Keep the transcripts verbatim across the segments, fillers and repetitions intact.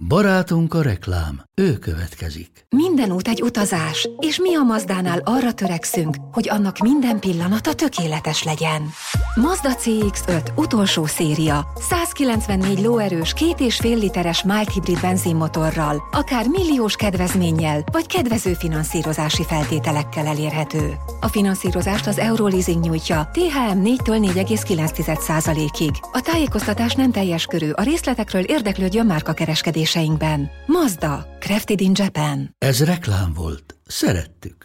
Barátunk a reklám, ő következik. Minden út egy utazás, és mi a Mazdánál arra törekszünk, hogy annak minden pillanata tökéletes legyen. Mazda cé iksz öt utolsó széria, százkilencvennégy lóerős, két és fél literes mild hibrid benzinmotorral, akár milliós kedvezménnyel, vagy kedvező finanszírozási feltételekkel elérhető. A finanszírozást az Euroleasing nyújtja, té há em négytől négy egész kilenc százalékig. A tájékoztatás nem teljes körű, a részletekről érdeklődjön márkakereskedéseinkben. Mazda, crafted in Japan. Ez reklám volt. Szerettük.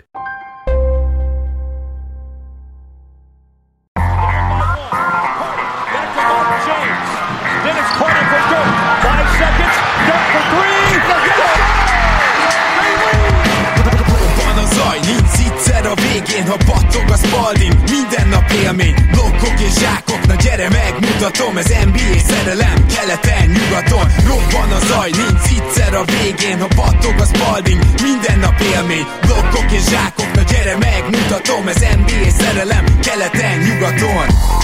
A végén, ha battog a Spalding, minden nap élmény, blokkok és zsákok, na gyere megmutatom, ez en bé á szerelem, keleten, nyugaton, robban a zaj, nincs egyszer a végén, ha battog a Spalding, minden nap élmény, blokkok és zsákok, na gyere megmutatom, ez en bé á szerelem, keleten, nyugaton.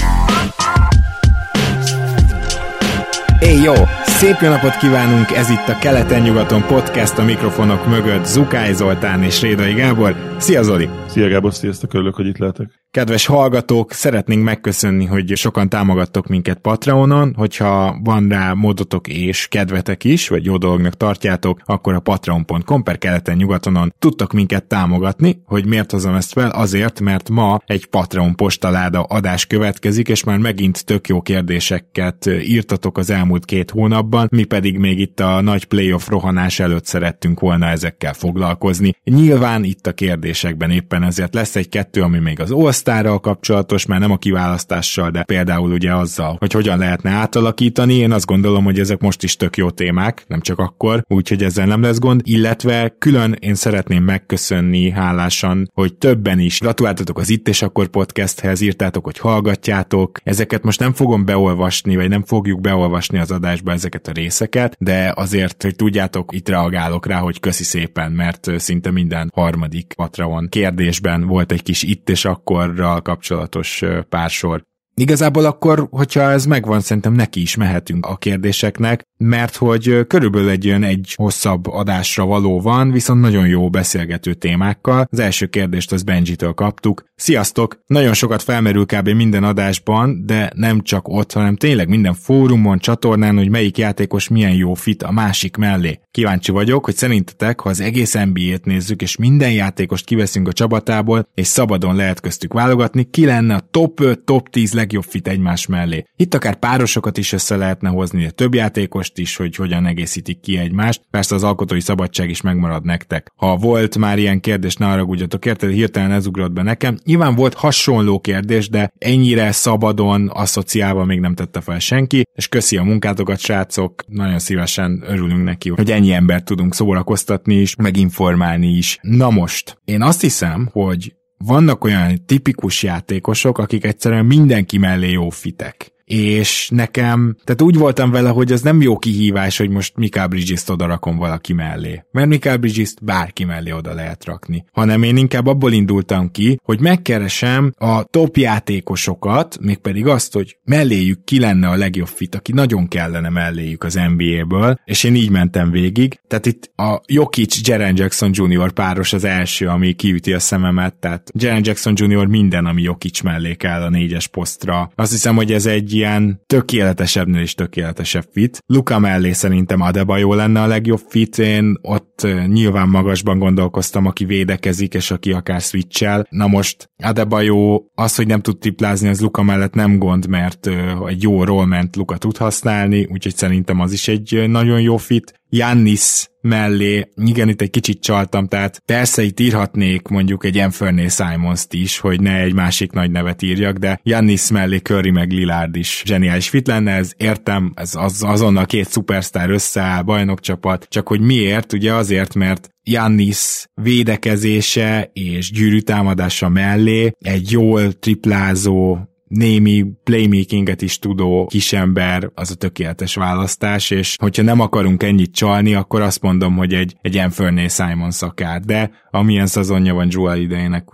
Éj jó! Szép jó napot kívánunk, ez itt a Keleten-nyugaton podcast, a mikrofonok mögött Zukály Zoltán és Rédai Gábor. Szia Zoli! Szia Gábor, sziasztok, örülök, hogy itt lehetek. Kedves hallgatók, szeretnénk megköszönni, hogy sokan támogattok minket Patreonon, hogyha van rá módotok és kedvetek is, vagy jó dolognak tartjátok, akkor a patreon pont com per Keleten-nyugatonon tudtok minket támogatni. Hogy miért hozom ezt fel? Azért, mert ma egy Patreon postaláda adás következik, és már megint tök jó kérdéseket írtatok az elmúlt két hónapban, mi pedig még itt a nagy playoff rohanás előtt szerettünk volna ezekkel foglalkozni. Nyilván itt a kérdésekben éppen ezért lesz egy-kettő, ami még az All-Starral kapcsolatos, már nem a kiválasztással, de például ugye azzal, hogy hogyan lehetne átalakítani. Én azt gondolom, hogy ezek most is tök jó témák, nem csak akkor, úgyhogy ezzel nem lesz gond, illetve külön én szeretném megköszönni hálásan, hogy többen is gratuláltatok az Itt és Akkor podcasthez, írtátok, hogy hallgatjátok. Ezeket most nem fogom beolvasni, vagy nem fogjuk beolvasni az adásba ezeket a részeket, de azért, hogy tudjátok, itt reagálok rá, hogy köszi szépen, mert szinte minden harmadik Patreon kérdésben volt egy kis Itt és Akkorral kapcsolatos pársor. Igazából akkor, hogyha ez megvan, szerintem neki is mehetünk a kérdéseknek, mert hogy körülbelül egy olyan egy hosszabb adásra való van, viszont nagyon jó beszélgető témákkal. Az első kérdést az Benjitől kaptuk. Sziasztok! Nagyon sokat felmerül kb. Minden adásban, de nem csak ott, hanem tényleg minden fórumon, csatornán, hogy melyik játékos milyen jó fit a másik mellé. Kíváncsi vagyok, hogy szerintetek, ha az egész en bé á-t nézzük, és minden játékost kiveszünk a csapatából, és szabadon lehet köztük válogatni, ki lenne a top öt, top tíz legjobb fit egymás mellé. Itt akár párosokat is össze lehetne hozni, de több játékost is, hogy hogyan egészítik ki egymást. Persze az alkotói szabadság is megmarad nektek. Ha volt már ilyen kérdés, ne haragudjatok, érted, hirtelen ez ugrott be nekem. Nyilván volt hasonló kérdés, de ennyire szabadon, asszociálva még nem tette fel senki, és köszi a munkátokat, srácok, nagyon szívesen örülünk neki, hogy ennyi embert tudunk szórakoztatni is, meg informálni is. Na most, én azt hiszem, hogy vannak olyan tipikus játékosok, akik egyszerűen mindenki mellé jó fitek. És nekem, tehát úgy voltam vele, hogy az nem jó kihívás, hogy most Mikal Bridges-t oda rakom valaki mellé. Mert Mikal Bridges-t bárki mellé oda lehet rakni. Hanem én inkább abból indultam ki, hogy megkeresem a top játékosokat, mégpedig azt, hogy melléjük ki lenne a legjobb fit, aki nagyon kellene melléjük az en bé á-ből, és én így mentem végig. Tehát itt a Jokic Jaren Jackson junior páros az első, ami kiüti a szememet, tehát Jaren Jackson junior minden, ami Jokic mellé kell a négyes posztra. Azt hiszem, hogy ez egy ilyen tökéletesebbnél is tökéletesebb fit. Luka mellé szerintem Adebayo lenne a legjobb fit, én ott nyilván magasban gondolkoztam, aki védekezik, és aki akár switchel. Na most Adebayo az, hogy nem tud triplázni, az Luka mellett nem gond, mert egy jó rollment Luka tud használni, úgyhogy szerintem az is egy nagyon jó fit. Giannis mellé, igen, itt egy kicsit csaltam, tehát persze itt írhatnék mondjuk egy Anthony Simons-t is, hogy ne egy másik nagy nevet írjak, de Giannis mellé Curry meg Lillard is zseniális fit lenne, ez értem, ez az, azonnal két szupersztár összeáll, bajnokcsapat, csak hogy miért? Ugye azért, mert Giannis védekezése és gyűrűtámadása mellé egy jól triplázó némi playmakinget is tudó kisember az a tökéletes választás, és hogyha nem akarunk ennyit csalni, akkor azt mondom, hogy egy, egy Anthony Simons akár, de amilyen szezonja van Jrue Holidaynek,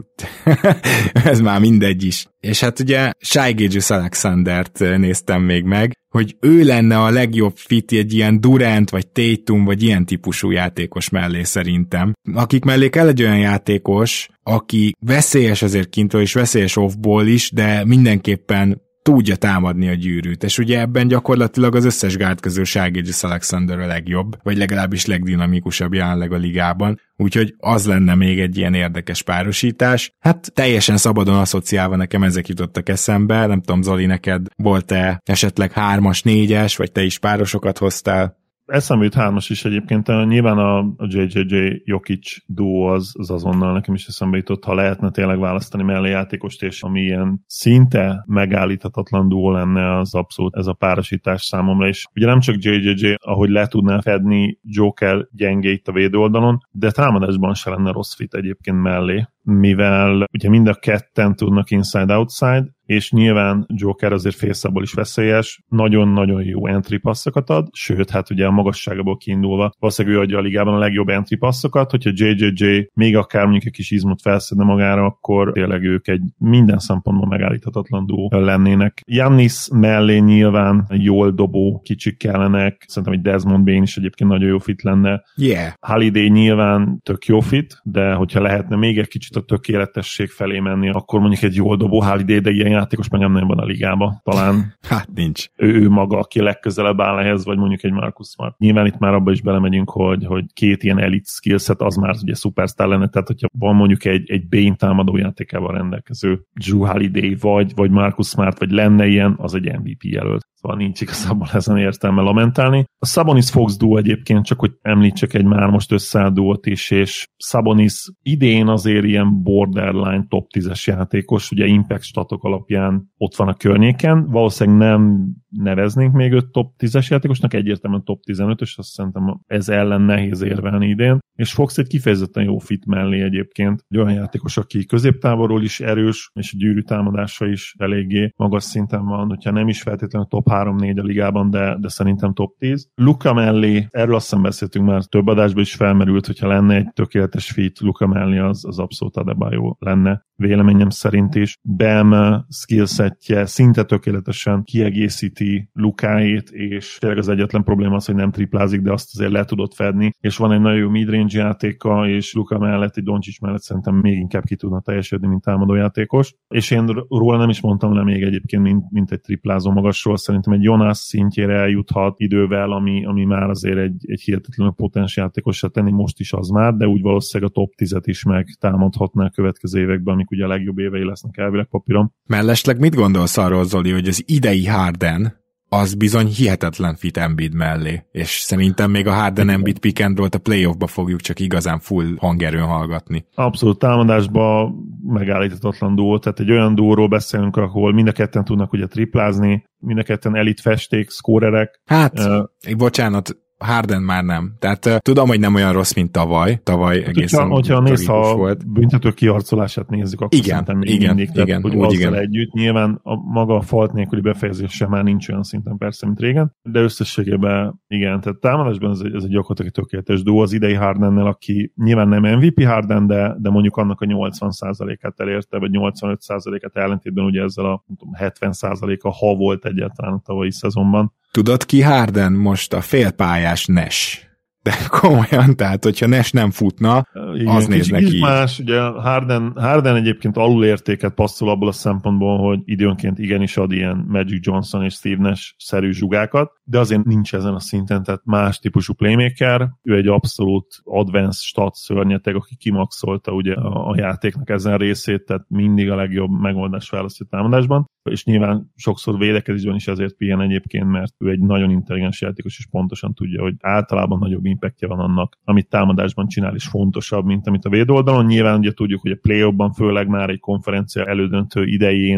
ez már mindegy is. És hát ugye Shai Gilgeous-Alexandert néztem még meg, hogy ő lenne a legjobb fit egy ilyen Durant, vagy Tatum, vagy ilyen típusú játékos mellé szerintem. Akik mellé kell egy olyan játékos, aki veszélyes azért kintről, és veszélyes offból is, de mindenképpen tudja támadni a gyűrűt, és ugye ebben gyakorlatilag az összes gárd közül Shai Gilgeous-Alexander a legjobb, vagy legalábbis legdinamikusabb jelenleg a ligában, úgyhogy az lenne még egy ilyen érdekes párosítás. Hát teljesen szabadon asszociálva nekem ezek jutottak eszembe, nem tudom, Zoli, neked volt-e esetleg hármas, négyes, vagy te is párosokat hoztál? Eszembe jut hármas is egyébként, nyilván a jé jé jé Jokic duó az, az azonnal nekem is eszembe jutott, ha lehetne tényleg választani mellé játékost, és ami ilyen szinte megállíthatatlan duó lenne, az abszolút ez a párosítás számomra is. Ugye nem csak jé jé jé, ahogy le tudná fedni Joker gyengéit a védő oldalon, de támadásban se lenne rossz fit egyébként mellé, mivel ugye mind a ketten tudnak inside-outside, és nyilván Joker azért félszabból is veszélyes, nagyon-nagyon jó entry passzokat ad, sőt, hát ugye a magasságából kiindulva valószínűleg ő adja a ligában a legjobb entry passzokat, hogyha jé jé jé még akár mondjuk egy kis izmot felszedne magára, akkor tényleg ők egy minden szempontból megállíthatatlan duó lennének. Giannis mellé nyilván jól dobó kicsik kellenek, szerintem egy Desmond Bane is egyébként nagyon jó fit lenne. Yeah. Holiday nyilván tök jó fit, de hogyha lehetne még egy kicsit a tökéletesség felé menni, akkor mondjuk egy jól dobó Holiday, de ilyen játékos már nem van a ligába. Talán hát nincs. Ő, ő maga, aki legközelebb áll ehhez, vagy mondjuk egy Marcus Smart. Nyilván itt már abba is belemegyünk, hogy, hogy két ilyen elite skillset, az már ugye szupersztár lenne, tehát hogyha van mondjuk egy, egy Bane támadó játékával rendelkező Jrue Holiday, vagy, vagy Marcus Smart, vagy lenne ilyen, az egy em vé pé jelölt. Szóval nincs igazából ezen értelme lamentálni. A Sabonis-Fox duó egyébként, csak hogy említsek egy már most összeállt duót is, és Sabonis idén azért ilyen borderline top tízes játékos, ugye impact statok alapján ott van a környéken, valószínűleg nem neveznénk még őt top tízes játékosnak, egyértelműen top tizenötös, azt szerintem ez ellen nehéz érvelni idén, és Fox egy kifejezetten jó fit mellé egyébként, egy olyan játékos, aki középtávolról is erős, és a gyűrű támadása is eléggé magas szinten van, hogyha nem is feltétlenül top három-négy a ligában, de, de szerintem top tíz. Luka mellé, erről azt hiszem beszéltünk már, több adásban is felmerült, hogyha lenne egy tökéletes fit, Luka mellé az, az abszolút Adebayo lenne, véleményem szerint is. Bam skillsetje szinte tökéletesen kiegészíti Lukáét, és tényleg az egyetlen probléma az, hogy nem triplázik, de azt azért le tudott fedni, és van egy nagyon jó midrange játéka, és Luka mellett, egy Doncic mellett szerintem még inkább ki tudna teljesedni, mint támadójátékos. És én róla nem is mondtam le még egyébként, mint, mint egy triplázó magasról, szerintem egy Jonas szintjére eljuthat idővel, ami, ami már azért egy, egy hihetetlenül potens játékosra tenni, most is az már, de úgy valószínűleg a top tízet is megtámadhatná a következő években, amik ugye a legjobb évei lesznek elvileg papíron. Mellesleg mit gondolsz arról, Zoli, hogy az idei Harden az bizony hihetetlen fit Embiid mellé, és szerintem még a Harden Embiid pick and roll-t a playoffba fogjuk csak igazán full hangerőn hallgatni. Abszolút támadásba megállíthatatlan duó, tehát egy olyan duóról beszélünk, ahol mind a ketten tudnak ugye triplázni, mind a ketten elit festék, szkórerek. Hát, uh, bocsánat, Harden már nem. Tehát uh, tudom, hogy nem olyan rossz, mint tavaly. Tavaly hát, egészen hogyha néz, ha volt. Büntető kiharcolását nézzük, akkor igen, szerintem még igen, mindig. Igen, tehát, hogy úgy igen. Együtt. Nyilván a maga a falt nélküli befejezés sem már nincs olyan szinten persze, mint régen, de összességében igen. Tehát támadásban ez egy, ez egy gyakorlatilag tökéletes duó az idei Hardennel, aki nyilván nem em vé pé Harden, de, de mondjuk annak a nyolcvan százalékát elérte, vagy nyolcvanöt százalékát ellentétben ugye ezzel a tudom, hetven százaléka, ha volt egyáltalán a tavalyi szezonban. Tudod ki Harden most a félpályás Nash? De komolyan, tehát hogyha Nash nem futna, igen, az néz neki így. Más, ugye Harden, Harden egyébként alulértéket passzol abból a szempontból, hogy időnként igenis ad ilyen Magic Johnson és Steve Nash-szerű zsugákat, de azért nincs ezen a szinten, tehát más típusú playmaker, ő egy abszolút advanced stat szörnyeteg, aki kimaxolta ugye a, a játéknak ezen részét, tehát mindig a legjobb megoldás választja támadásban, és nyilván sokszor védekezésben is ezért pihen egyébként, mert ő egy nagyon intelligens játékos, és pontosan tudja, hogy általában nagyobb impactja van annak, amit támadásban csinál, és fontosabb, mint amit a védőoldalon. Nyilván ugye tudjuk, hogy a play-offban főleg már egy konferencia elődöntő idején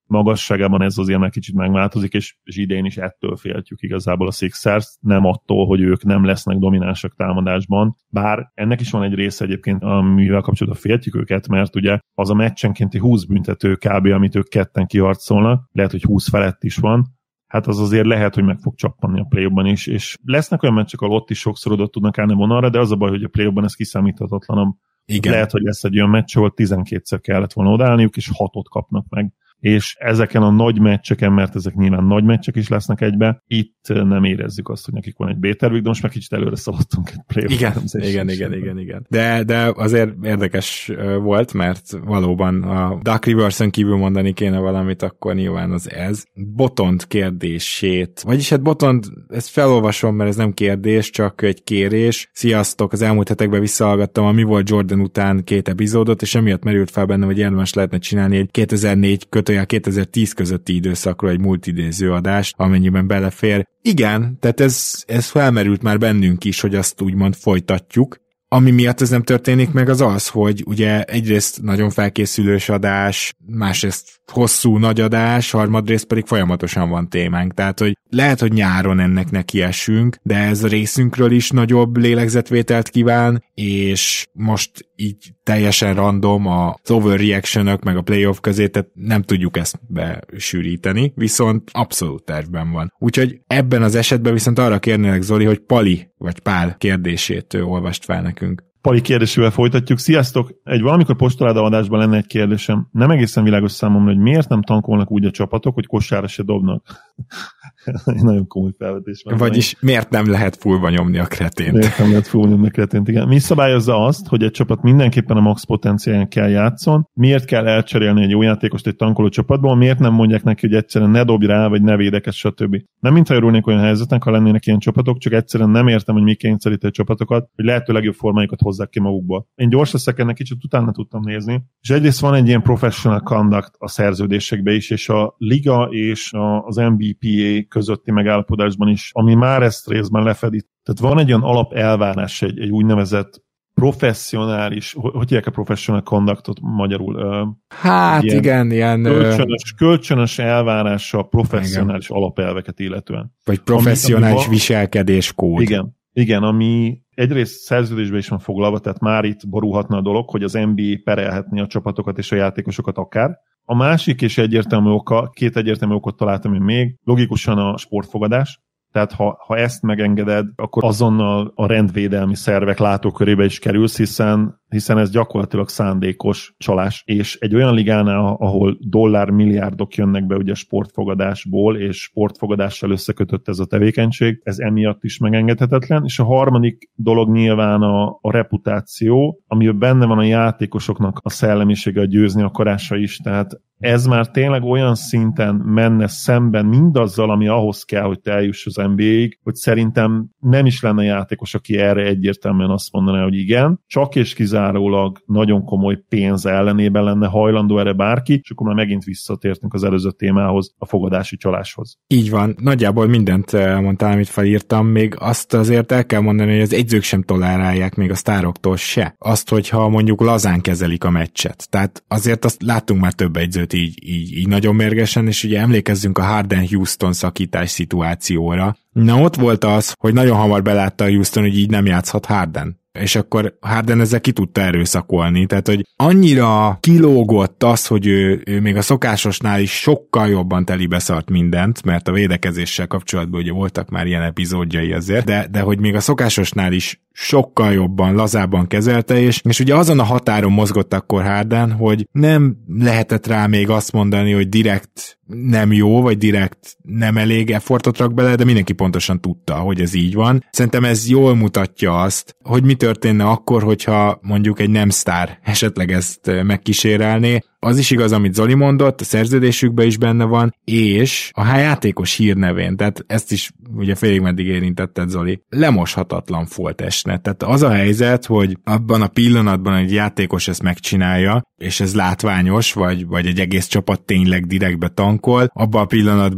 magasságában ez azért már kicsit megváltozik, és, és idén is ettől féltjük igazából a Sixers, nem attól, hogy ők nem lesznek dominánsak támadásban, bár ennek is van egy része egyébként, amivel kapcsolatban féltjük őket, mert ugye az a meccsenkénti húsz büntető kb., amit ők ketten kiharcolnak, lehet, hogy húsz felett is van, hát az azért lehet, hogy meg fog csappanni a play-offban is, és lesznek olyan meccsek, ahol ott is sokszor oda tudnak állni vonalra, de az a baj, hogy a play-offban ez kiszámíthatatlanabb. Igen. Lehet, hogy lesz egy olyan meccs, ahol tizenkétszer kellett volna odaállniuk, és hatot kapnak meg. És ezeken a nagy meccseken, mert ezek nyilván nagy meccsek is lesznek egybe, itt nem érezzük azt, hogy nekik van egy B-tervük, de most már kicsit előre szaladtunk egy play-off. Igen, igen, igen, igen, igen. De, de azért érdekes volt, mert valóban a Duck Rivers-on kívül mondani kéne valamit, akkor nyilván az ez. Botond kérdését, vagyis hát Botond, ezt felolvasom, mert ez nem kérdés, csak egy kérés. Sziasztok, az elmúlt hetekben visszahallgattam a Mi volt Jordan után két epizódot, és emiatt merült fel bennem, hogy érdemes lehetne csinálni egy kétezer-négy kötőjel kétezer-tíz közötti időszakra egy multidéző adást, amennyiben belefér. Igen, tehát ez, ez felmerült már bennünk is, hogy azt úgymond folytatjuk. Ami miatt ez nem történik meg az az, hogy ugye egyrészt nagyon felkészülős adás, másrészt hosszú nagy adás, harmadrészt pedig folyamatosan van témánk. Tehát, hogy lehet, hogy nyáron ennek nekiesünk, de ez a részünkről is nagyobb lélegzetvételt kíván, és most így teljesen random az overreaction-ök meg a playoff közé, tehát nem tudjuk ezt besűríteni, viszont abszolút tervben van. Úgyhogy ebben az esetben viszont arra kérnélek, Zoli, hogy Pali vagy Pál kérdését olvast fel nekünk. Pali kérdésével folytatjuk. Sziasztok! Egy valamikor postoláda adásban lenne egy kérdésem. Nem egészen világos számomra, hogy miért nem tankolnak úgy a csapatok, hogy kosárra se dobnak. Nagyon komoly felvetés van. Vagyis meg. Miért nem lehet fullba nyomni a kretént? Miért nem lehet fullba nyomni a kretént, igen. Mi szabályozza azt, hogy egy csapat mindenképpen a max potenciáján kell játszon? Miért kell elcserélni egy jó játékost egy tankoló csapatból? Miért nem mondják neki, hogy egyszerűen ne dobj rá, vagy ne védekezz, stb. Nem mintha örülnék olyan helyzetnek, ha lennének ilyen csapatok, csak egyszerűen nem értem, hogy mi kényszeríti a csapatokat, hogy lehető legjobb formájukat hozzák ki magukból. Én gyors leszek, ennek kicsit utána tudtam nézni. És egyrészt van egy ilyen professional conduct a szerződésekben is, és a liga és az en bé pé á közötti megállapodásban is, ami már ezt részben lefedi. Tehát van egy olyan alapelvárás, egy, egy úgynevezett professzionális, hogy hívják a professional conductot magyarul? Hát ilyen igen, ilyen... Kölcsönös, kölcsönös elvárása a professzionális igen. alapelveket illetően. Vagy professzionális ami, viselkedéskód. Igen, igen, ami egyrészt szerződésben is van foglalva, tehát már itt borulhatna a dolog, hogy az en bé á perelhetné a csapatokat és a játékosokat akár. A másik és egyértelmű oka, két egyértelmű okot találtam én még, logikusan a sportfogadás. Tehát ha, ha ezt megengeded, akkor azonnal a rendvédelmi szervek látókörébe is kerülsz, hiszen, hiszen ez gyakorlatilag szándékos csalás. És egy olyan ligánál, ahol dollármilliárdok jönnek be ugye sportfogadásból, és sportfogadással összekötött ez a tevékenység, ez emiatt is megengedhetetlen. És a harmadik dolog nyilván a, a reputáció, amiben benne van a játékosoknak a szellemisége, a győzni akarása is, tehát ez már tényleg olyan szinten menne szemben mindazzal, ami ahhoz kell, hogy te eljuss az en bé á-ig, hogy szerintem nem is lenne játékos, aki erre egyértelműen azt mondaná, hogy igen, csak és kizárólag nagyon komoly pénz ellenében lenne hajlandó erre bárki, és akkor már megint visszatértünk az előző témához, a fogadási csaláshoz. Így van, nagyjából mindent mondtál, amit felírtam, még azt azért el kell mondani, hogy az egyzők sem tolerálják még a sztároktól se. Azt, hogyha mondjuk lazán kezelik a meccset. Tehát azért azt láttunk már több egyzőt Így, így, így nagyon mérgesen, és ugye emlékezzünk a Harden-Houston szakítás szituációra. Na ott volt az, hogy nagyon hamar belátta a Houston, hogy így nem játszhat Harden. És akkor Harden ezzel ki tudta erőszakolni, tehát hogy annyira kilógott az, hogy ő, ő még a szokásosnál is sokkal jobban telibeszart mindent, mert a védekezéssel kapcsolatban ugye voltak már ilyen epizódjai azért, de, de hogy még a szokásosnál is sokkal jobban, lazábban kezelte, és, és ugye azon a határon mozgott akkor Harden, hogy nem lehetett rá még azt mondani, hogy direkt nem jó, vagy direkt nem elég effortot rak bele, de mindenki pontosan tudta, hogy ez így van. Szerintem ez jól mutatja azt, hogy mi történne akkor, hogyha mondjuk egy nem sztár esetleg ezt megkísérelné. Az is igaz, amit Zoli mondott, a szerződésükben is benne van, és a játékos hírnevén, tehát ezt is ugye félig meddig érintetted, Zoli, lemoshatatlan foltesne. Tehát az a helyzet, hogy abban a pillanatban egy játékos ezt megcsinálja, és ez látványos, vagy, vagy egy egész csapat tényleg direktbe tankol, abban a pillanatban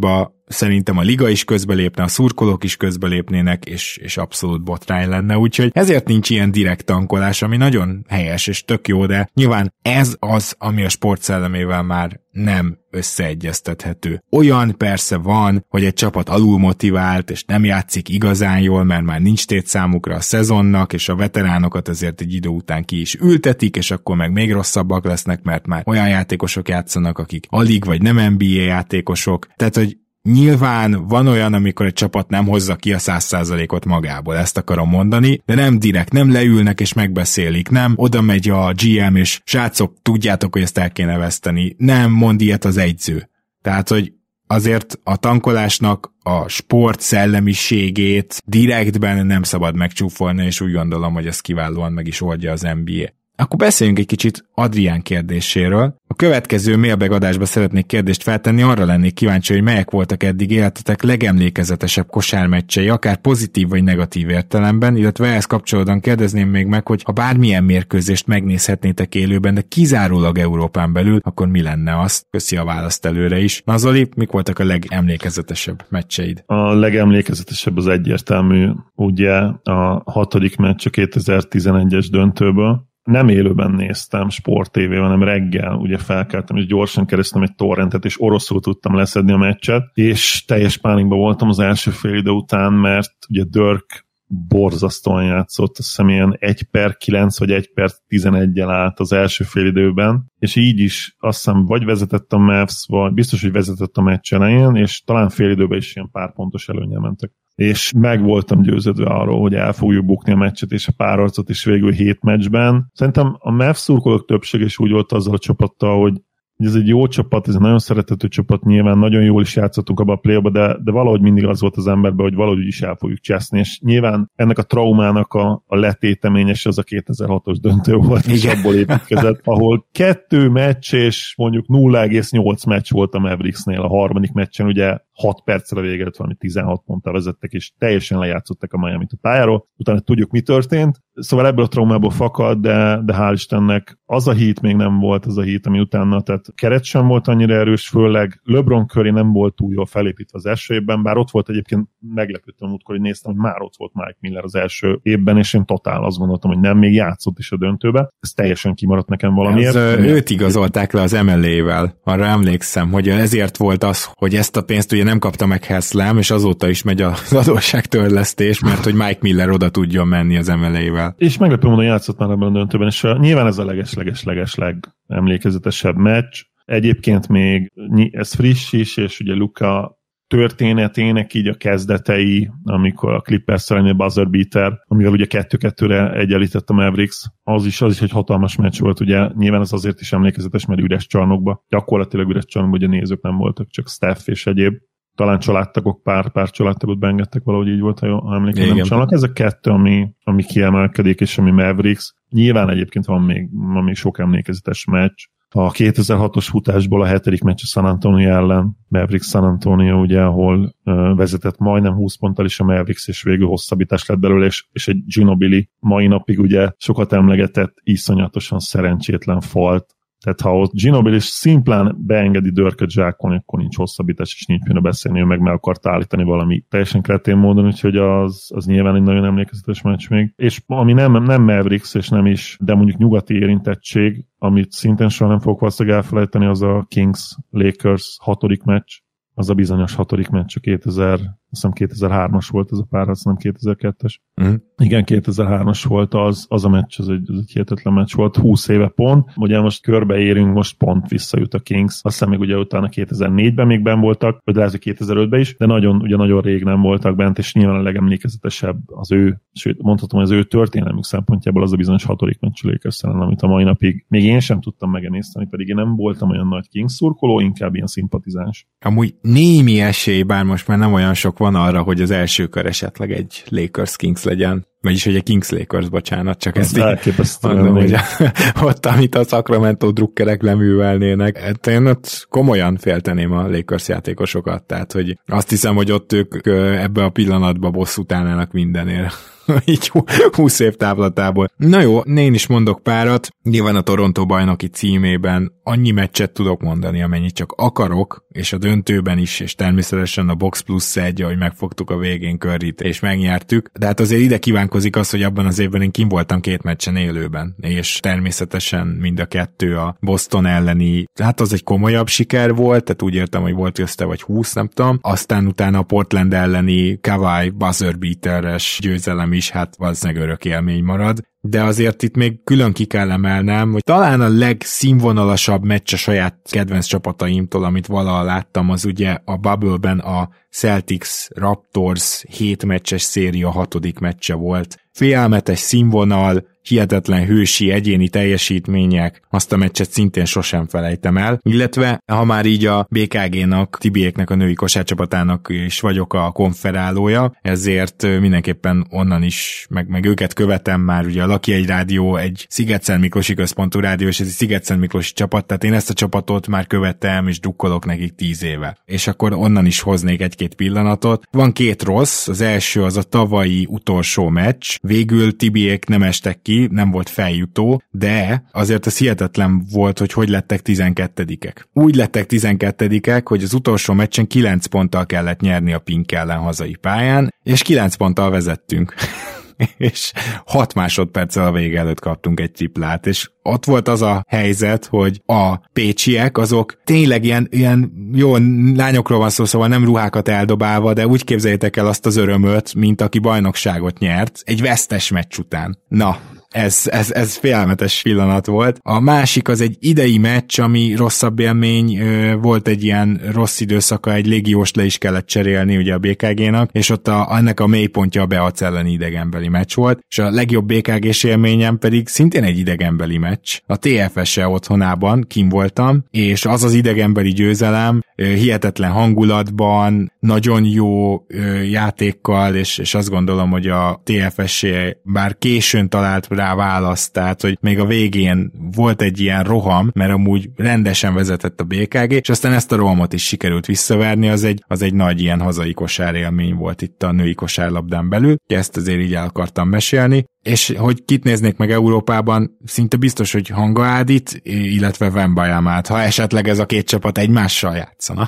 szerintem a liga is közbelépne, a szurkolók is közbelépnének, és, és abszolút botrány lenne, úgyhogy ezért nincs ilyen direkt tankolás, ami nagyon helyes és tök jó, de nyilván ez az, ami a sport szellemével már nem összeegyeztethető. Olyan persze van, hogy egy csapat alul motivált, és nem játszik igazán jól, mert már nincs tét számukra a szezonnak, és a veteránokat azért egy idő után ki is ültetik, és akkor meg még rosszabbak lesznek, mert már olyan játékosok játszanak, akik alig vagy nem en bé á játékosok. Tehát, hogy nyilván van olyan, amikor egy csapat nem hozza ki a száz százalékot magából, ezt akarom mondani, de nem direkt, nem leülnek és megbeszélik, nem oda megy a gé em és srácok, tudjátok, hogy ezt el kéne veszteni, nem mond ilyet az edző. Tehát, hogy azért a tankolásnak a sport szellemiségét direktben nem szabad megcsúfolni, és úgy gondolom, hogy ez kiválóan meg is oldja az en bé á. Akkor beszéljünk egy kicsit Adrián kérdéséről. A következő mailbag adásba szeretnék kérdést feltenni, arra lennék kíváncsi, hogy melyek voltak eddig életetek legemlékezetesebb kosármeccsei, akár pozitív vagy negatív értelemben, illetve ehhez kapcsolódóan kérdezném még meg, hogy ha bármilyen mérkőzést megnézhetnétek élőben, de kizárólag Európán belül, akkor mi lenne az? Köszi a választ előre is. Na Zoli, mik voltak a legemlékezetesebb meccseid? A legemlékezetesebb az egyértelmű, ugye a hatodik meccs a kétezer-tizenegyes döntőből. Nem élőben néztem Sport té vében, hanem reggel ugye felkeltem, és gyorsan kerestem egy torrentet, és oroszul tudtam leszedni a meccset, és teljes pánikban voltam az első fél idő után, mert ugye Dirk borzasztóan játszott, azt hiszem ilyen egy per kilenc vagy egy per tizeneggyel állt az első fél időben, és így is azt hiszem vagy vezetett a Mavs, vagy biztos, hogy vezetett a meccs elején, és talán fél időben is ilyen pár pontos előnnyel mentek. És meg voltam győződve arról, hogy el fogjuk bukni a meccset és a párharcot is végül hét meccsben. Szerintem a Mavs szurkolók többség is úgy volt azzal a csapattal, hogy ez egy jó csapat, ez egy nagyon szerethető csapat, nyilván nagyon jól is játszottunk abba a play-ba, de, de valahogy mindig az volt az emberben, hogy valahogy is el fogjuk cseszni, és nyilván ennek a traumának a, a letéteményes az a kétezer-hatos döntő volt, és abból építkezett, ahol kettő meccs és mondjuk nulla egész nyolc meccs volt a Mavericksnél, a harmadik meccsen ugye hat perccel vége előtt valami tizenhat ponttal vezettek, és teljesen lejátszottak a Miamit a pályáról. Utána tudjuk, mi történt. Szóval ebből a traumából fakad, de, de hál' Istennek az a hit még nem volt az a hit, ami utána, tehát keret sem volt annyira erős, főleg LeBron Curry nem volt túl jól felépítve az első évben, bár ott volt egyébként, meglepődtem múltkor, hogy néztem, hogy már ott volt Mike Miller az első évben, és én totál azt gondoltam, hogy nem, még játszott is a döntőbe. Ez teljesen kimaradt nekem valamiért. Ez, őt igazolták le az em el á-vel. Arra emlékszem, hogy ezért volt az, hogy ezt a pénzt ugye nem kapta meg Haslam, és azóta is megy az adósságtörlesztés, mert hogy Mike Miller oda tudjon menni az em el á-vel. És meglepő módon játszott már ebben a döntőben, és nyilván ez a leges-leges-leges legemlékezetesebb meccs. Egyébként még ez friss is, és ugye Luka történetének így a kezdetei, amikor a Clippers elleni buzzer beater, amivel ugye kettő-kettőre egyenlített a Mavericks, az is, az is egy hatalmas meccs volt, ugye nyilván ez azért is emlékezetes, mert üres csarnokba, gyakorlatilag üres csarnokba, ugye nézők nem voltak, csak Steph és egyéb. Talán családtagok, pár, pár családtagot beengedtek, valahogy így volt, ha jól emlékszem, nem családnak. Ez a kettő, ami, ami kiemelkedik, és ami Mavericks. Nyilván egyébként van még, van még sok emlékezetes meccs. A kétezer-hatos futásból a hetedik meccs a San Antonio ellen, Mavericks San Antonio, ugye, ahol uh, vezetett majdnem húsz ponttal is a Mavericks, és végül hosszabbítás lett belőle, és, és egy Ginobili mai napig ugye sokat emlegetett, iszonyatosan szerencsétlen falt. Tehát ha ott Ginobili is szimplán beengedi Dirket zsákolni, akkor nincs hosszabbítás, és nincs benne beszélni, ő meg meg akart állítani valami teljesen kretén módon, úgyhogy az, az nyilván egy nagyon emlékezetes meccs még. És ami nem, nem Mavericks, és nem is, de mondjuk nyugati érintettség, amit szintén soha nem fogok valószínűleg elfelejteni, az a Kings-Lakers hatodik meccs, az a bizonyos hatodik meccs, a kétezer, azt hiszem kétezer-hármas volt ez a párharc, nem kétezer-kettes. Uh-huh. Igen, kétezer-hármas volt az, az a meccs, az egy, az egy hihetetlen meccs volt, húsz éve pont. Ugye most körbeérünk, most pont visszajut a Kings. Azt hiszem még ugye utána kétezer-négyben még benn voltak, vagy lehet, hogy kétezer-ötben is, de nagyon, ugye nagyon rég nem voltak bent, és nyilván a legemlékezetesebb az ő, sőt, mondhatom, az ő történelmük szempontjából az a bizonyos hatodik meccs Lakers ellen, amit a mai napig még én sem tudtam megemészteni, pedig én nem voltam olyan nagy Kings szurkoló, inkább ilyen szimpatizáns. Amúgy némi esély, bár most már nem olyan sok van arra, hogy az első kör esetleg egy Lakers-Kings legyen. Vagyis, hogy egy Kings-Lakers, bocsánat, csak ezt így mondom, hogy ott, amit a Sacramento drukkerek leművelnének. Hát én ott komolyan félteném a Lakers játékosokat, tehát hogy azt hiszem, hogy ott ők ebbe a pillanatban bosszút állnának mindenért. így húsz év távlatából. Na jó, én is mondok párat. Nyilván a Toronto bajnoki címében annyi meccset tudok mondani, amennyit csak akarok, és a döntőben is, és természetesen a Box Plus egy, ahogy megfogtuk a végén Curryt, és megnyertük. De hát azért ide kívánkozik az, hogy abban az évben én kim voltam két meccsen élőben, és természetesen mind a kettő a Boston elleni, hát az egy komolyabb siker volt, tehát úgy értem, hogy volt közte vagy húsz, nem tudom. Aztán utána a Portland elleni Kawhi buzzer beateres győzelem is, hát valószínűleg örök élmény marad. De azért itt még külön ki kell emelnem, hogy talán a legszínvonalasabb meccs a saját kedvenc csapataimtól, amit valaha láttam, az ugye a Bubble-ben a Celtics Raptors hét meccses széria hatodik meccse volt. Félelmetes színvonal, hihetetlen hősi egyéni teljesítmények, azt a meccset szintén sosem felejtem el, illetve ha már így a bé ká génak, Tibiéknek a női kosárcsapatának is vagyok a konferálója, ezért mindenképpen onnan is, meg, meg őket követem már, ugye a Laki egy rádió, egy Sziget-Szent Miklósi központú rádió, és ez egy Sziget-Szent Miklósi csapat, tehát én ezt a csapatot már követem, és drukkolok nekik tíz éve. És akkor onnan is hoznék egy-két pillanatot. Van két rossz, az első az a tavalyi utolsó meccs, végül Tibiék nem estek ki, nem volt feljutó, de azért az hihetetlen volt, hogy hogy lettek tizenkettedikek. Úgy lettek tizenkettedikek, hogy az utolsó meccsen kilenc ponttal kellett nyerni a Pink ellen hazai pályán, és kilenc ponttal vezettünk. és hat másodperccel a vége előtt kaptunk egy triplát, és ott volt az a helyzet, hogy a pécsiek azok tényleg ilyen, ilyen jó lányokról van szó, szóval nem ruhákat eldobálva, de úgy képzeljétek el azt az örömöt, mint aki bajnokságot nyert egy vesztes meccs után. Na, Ez, ez, ez félelmetes pillanat volt. A másik az egy idei meccs, ami rosszabb élmény, volt egy ilyen rossz időszaka, egy légióst le is kellett cserélni ugye a bé ká génak, és ott a, ennek a mélypontja a Beac elleni idegenbeli meccs volt, és a legjobb bé ká gés élményem pedig szintén egy idegenbeli meccs. A té ef es-e otthonában kim voltam, és az az idegenbeli győzelem hihetetlen hangulatban, nagyon jó játékkal, és, és azt gondolom, hogy a té ef es-e bár későn talált rá választ, tehát hogy még a végén volt egy ilyen roham, mert amúgy rendesen vezetett a bé ká gé, és aztán ezt a rohamot is sikerült visszaverni, az egy, az egy nagy ilyen hazai kosárélmény volt itt a női kosárlabdán belül, ezt azért így el akartam mesélni, és hogy kit néznék meg Európában, szinte biztos, hogy Hanga Ádit, illetve Wembanyamát, ha esetleg ez a két csapat egymással játszana.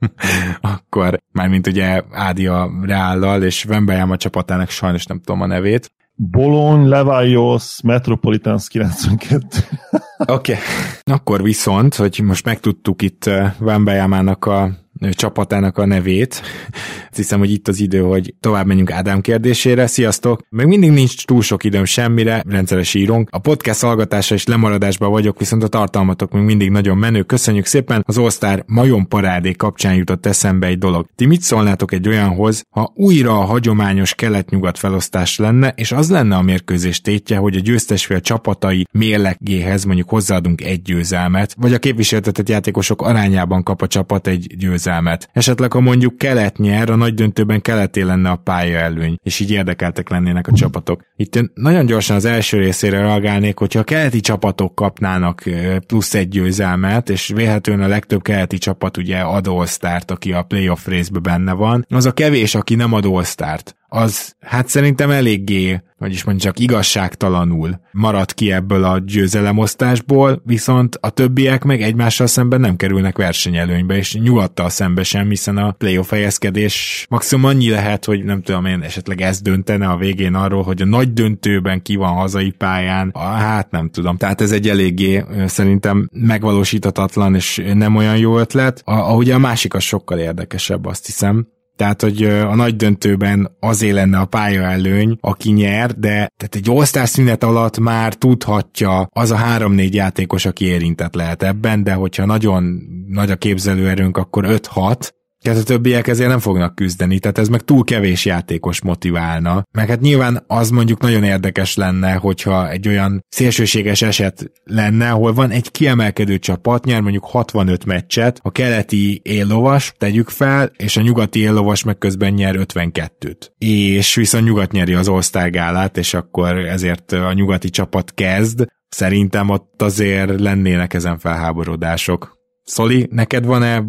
Akkor, mármint ugye Ádi a Reállal, és Wembanyama csapatának sajnos nem tudom a nevét. Bologna, Levaios, Metropolitans kilencvenkettő. Oké, okay. Akkor viszont, hogy most megtudtuk itt Wembanyamának a csapatának a nevét. Azt hiszem, hogy itt az idő, hogy tovább menjünk Ádám kérdésére. Sziasztok! Még mindig nincs túl sok időm semmire, rendszeres írunk. A podcast hallgatása és lemaradásban vagyok, viszont a tartalmatok még mindig nagyon menő. Köszönjük szépen! Az All-Star majom parádé kapcsán jutott eszembe egy dolog. Ti mit szólnátok egy olyanhoz, ha újra a hagyományos kelet-nyugat felosztás lenne, és az lenne a mérkőzés tétje, hogy a győztesfél csapatai mérlegéhez mondjuk hozzáadunk egy győzelmet, vagy a képviseltetett játékosok arányában kap a csapat egy győzelmet. Esetleg, ha mondjuk kelet nyer, a nagy döntőben keleté lenne a pálya előny, és így érdekeltek lennének a csapatok. Itt nagyon gyorsan az első részére reagálnék, hogyha a keleti csapatok kapnának plusz egy győzelmet, és vélhetően a legtöbb keleti csapat ugye ad All-Start, aki a playoff részben benne van, az a kevés, aki nem ad All-Start, az hát szerintem eléggé, vagyis mondjuk csak igazságtalanul marad ki ebből a győzelemosztásból, viszont a többiek meg egymással szemben nem kerülnek versenyelőnybe, és nyugattal szembe sem, hiszen a playoff helyezkedés maximum annyi lehet, hogy nem tudom én, esetleg ez döntene a végén arról, hogy a nagy döntőben ki van hazai pályán, hát nem tudom. Tehát ez egy eléggé szerintem megvalósíthatatlan és nem olyan jó ötlet. Ahogy a másik az sokkal érdekesebb, azt hiszem. Tehát, hogy a nagy döntőben azért lenne a pálya előny, aki nyer, de tehát egy All-Star szünet alatt már tudhatja az a három-négy játékos, aki érintett lehet ebben, de hogyha nagyon nagy a képzelőerőnk, akkor öt-hat, tehát a többiek ezért nem fognak küzdeni, tehát ez meg túl kevés játékos motiválna. Meg hát nyilván az mondjuk nagyon érdekes lenne, hogyha egy olyan szélsőséges eset lenne, ahol van egy kiemelkedő csapat, nyer mondjuk hatvanöt meccset, a keleti éllovas tegyük fel, és a nyugati éllovas meg közben nyer ötvenkettőt. És viszont nyugat nyeri az All-Star gálát, és akkor ezért a nyugati csapat kezd. Szerintem ott azért lennének ezen felháborodások. Szoli, neked van-e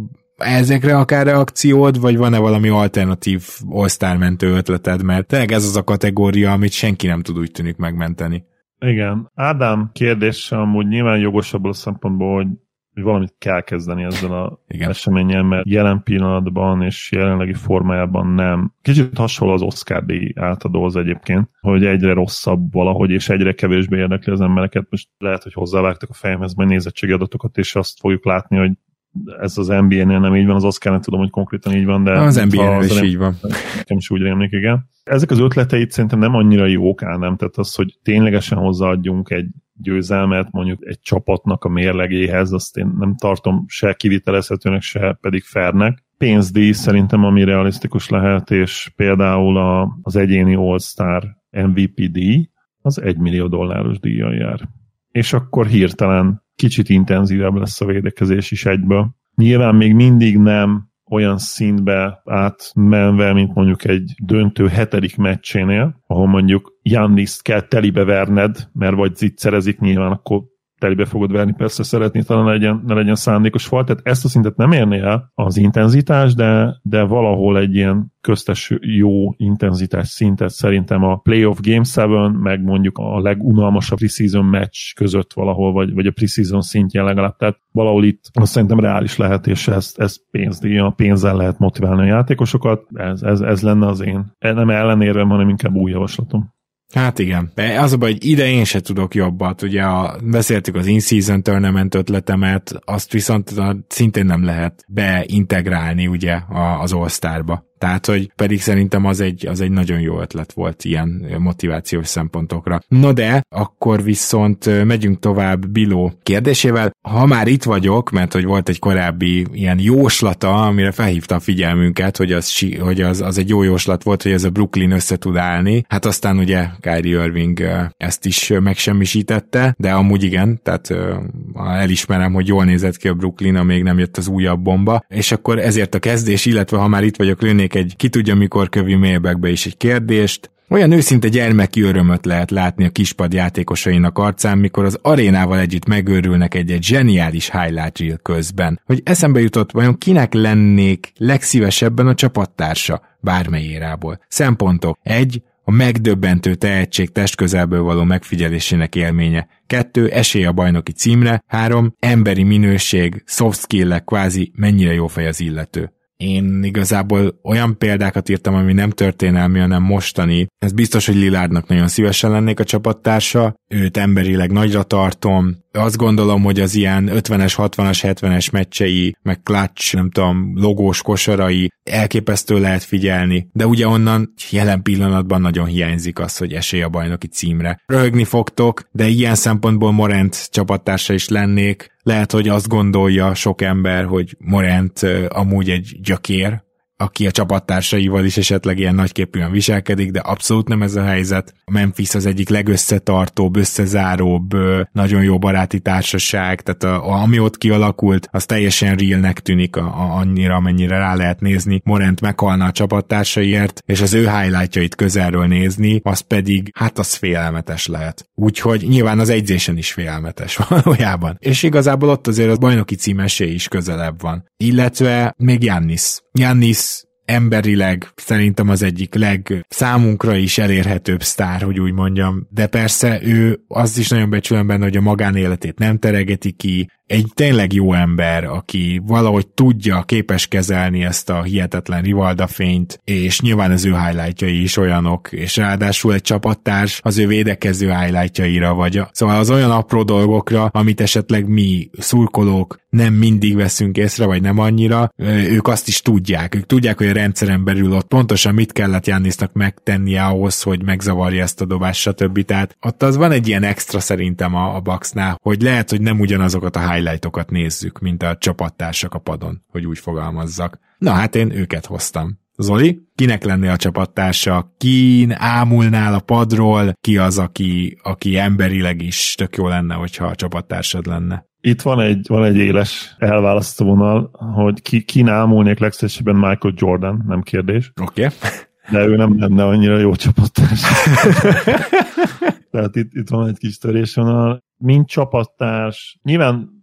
ezekre akár reakciód, vagy van-e valami alternatív All-Star mentő ötleted, mert tényleg ez az a kategória, amit senki nem tud úgy tűnik megmenteni. Igen. Ádám kérdése amúgy nyilván jogos abból a szempontból, hogy hogy valamit kell kezdeni ezzel a eseményen, mert jelen pillanatban és jelenlegi formájában nem. Kicsit hasonló az Oscar-díj átadóhoz egyébként, hogy egyre rosszabb valahogy, és egyre kevésbé érdekli az embereket. Most lehet, hogy hozzávágtak a fejemhez majd nézettségi adatokat, és azt fogjuk látni, hogy ez az en bé á-nél nem így van, az Oscar nem tudom, hogy konkrétan így van, de az en bé á-nél is így van. Nekem is úgy rémlik, igen. Ezek az ötleteit szerintem nem annyira jók ám, nem? Tehát az, hogy ténylegesen hozzáadjunk egy győzelmet mondjuk egy csapatnak a mérlegéhez, azt én nem tartom se kivitelezhetőnek, se pedig fairnek. Pénzdíj szerintem, ami realisztikus lehet, és például a, az egyéni All-Star em vé pé díj, az egy millió dolláros díjjal jár. És akkor hirtelen kicsit intenzívebb lesz a védekezés is egyből. Nyilván még mindig nem olyan szintbe átmenve, mint mondjuk egy döntő hetedik meccsénél, ahol mondjuk Gianniszt kell telibe verned, mert vagy zicserezik nyilván, akkor telibe fogod verni, persze szeretni, talán ne legyen, ne legyen szándékos fal, tehát ezt a szintet nem érné el az intenzitás, de, de valahol egy ilyen köztes jó intenzitás szintet szerintem a Playoff Game hét, meg mondjuk a legunalmasabb preseason match között valahol, vagy, vagy a preseason szintjén legalább, tehát valahol itt azt szerintem reális lehet, és ezt, ezt pénzdíja, pénzzel lehet motiválni a játékosokat, ez, ez, ez lenne az én, nem ellenérvem, hanem inkább új javaslatom. Hát igen. De az a baj, hogy ide én se tudok jobbat. Ugye a, beszéltük az in-season tournament ötletemet, azt viszont szintén nem lehet beintegrálni ugye az All-Starba. Tehát, hogy pedig szerintem az egy, az egy nagyon jó ötlet volt ilyen motivációs szempontokra. No de, akkor viszont megyünk tovább Biló kérdésével. Ha már itt vagyok, mert hogy volt egy korábbi ilyen jóslata, amire felhívta a figyelmünket, hogy az, hogy az, az egy jó jóslat volt, hogy ez a Brooklyn össze tud állni. Hát aztán ugye Kyrie Irving ezt is megsemmisítette, de amúgy igen, tehát elismerem, hogy jól nézett ki a Brooklyn, amíg nem jött az újabb bomba. És akkor ezért a kezdés, illetve ha már itt vagyok, lőnék egy ki tudja mikor kövi mailbackbe is egy kérdést. Olyan őszinte gyermeki örömöt lehet látni a kispad játékosainak arcán, mikor az arénával együtt megőrülnek egy-egy zseniális highlight reel közben. Hogy eszembe jutott, vajon kinek lennék legszívesebben a csapattársa bármely érából. Szempontok. Egy, a megdöbbentő tehetség testközelből való megfigyelésének élménye. Kettő, esély a bajnoki címre. Három, emberi minőség, soft skill-ek, kvázi mennyire jó fej az illető. Én igazából olyan példákat írtam, ami nem történelmi, hanem mostani. Ez biztos, hogy Lillardnak nagyon szívesen lennék a csapattársa. Őt emberileg nagyra tartom. Azt gondolom, hogy az ilyen ötvenes, hatvanas, hetvenes meccsei, meg clutch, nem tudom, logós kosarai elképesztő lehet figyelni, de ugye onnan jelen pillanatban nagyon hiányzik az, hogy esély a bajnoki címre. Röhögni fogtok, de ilyen szempontból Morant csapattársa is lennék. Lehet, hogy azt gondolja sok ember, hogy Morant uh, amúgy egy gyakér, aki a csapattársaival is esetleg ilyen nagyképűen viselkedik, de abszolút nem ez a helyzet. A Memphis az egyik legösszetartóbb, összezáróbb, nagyon jó baráti társaság, tehát a, a, ami ott kialakult, az teljesen realnek tűnik a, a, annyira, amennyire rá lehet nézni. Morant meghalna a csapattársaiért, és az ő highlightjait közelről nézni, az pedig, hát az félelmetes lehet. Úgyhogy nyilván az edzésen is félelmetes valójában. És igazából ott azért a bajnoki cím esély is közelebb van. Illetve még Giannis. Giannis emberileg szerintem az egyik leg számunkra is elérhetőbb sztár, hogy úgy mondjam, de persze ő azt is nagyon becsülöm benne, hogy a magánéletét nem teregeti ki, egy tényleg jó ember, aki valahogy tudja, képes kezelni ezt a hihetetlen rivaldafényt, és nyilván az ő highlightjai is olyanok, és ráadásul egy csapattárs az ő védekező highlightjaira vagy. A... Szóval az olyan apró dolgokra, amit esetleg mi szurkolók nem mindig veszünk észre, vagy nem annyira, ők azt is tudják. Ők tudják, hogy a rendszeren belül ott pontosan mit kellett Giannisnak megtennie ahhoz, hogy megzavarja ezt a dobást, stb. Tehát ott az van egy ilyen extra szerintem a, a Bucksnál, hogy lehet, hogy nem ugyanazokat a highlightokat nézzük, mint a csapattársak a padon, hogy úgy fogalmazzak. Na hát én őket hoztam. Zoli, kinek lenné a csapattársa? Kin ámulnál a padról? Ki az, aki, aki emberileg is tök jó lenne, hogyha a csapattársad lenne? Itt van egy, van egy éles elválasztó vonal, hogy ki, ki ámulnék legszívesebben Michael Jordan, nem kérdés. Oké. Okay. De ő nem lenne annyira jó csapattárs. Tehát itt, itt van egy kis törésvonal. Mint csapattárs, nyilván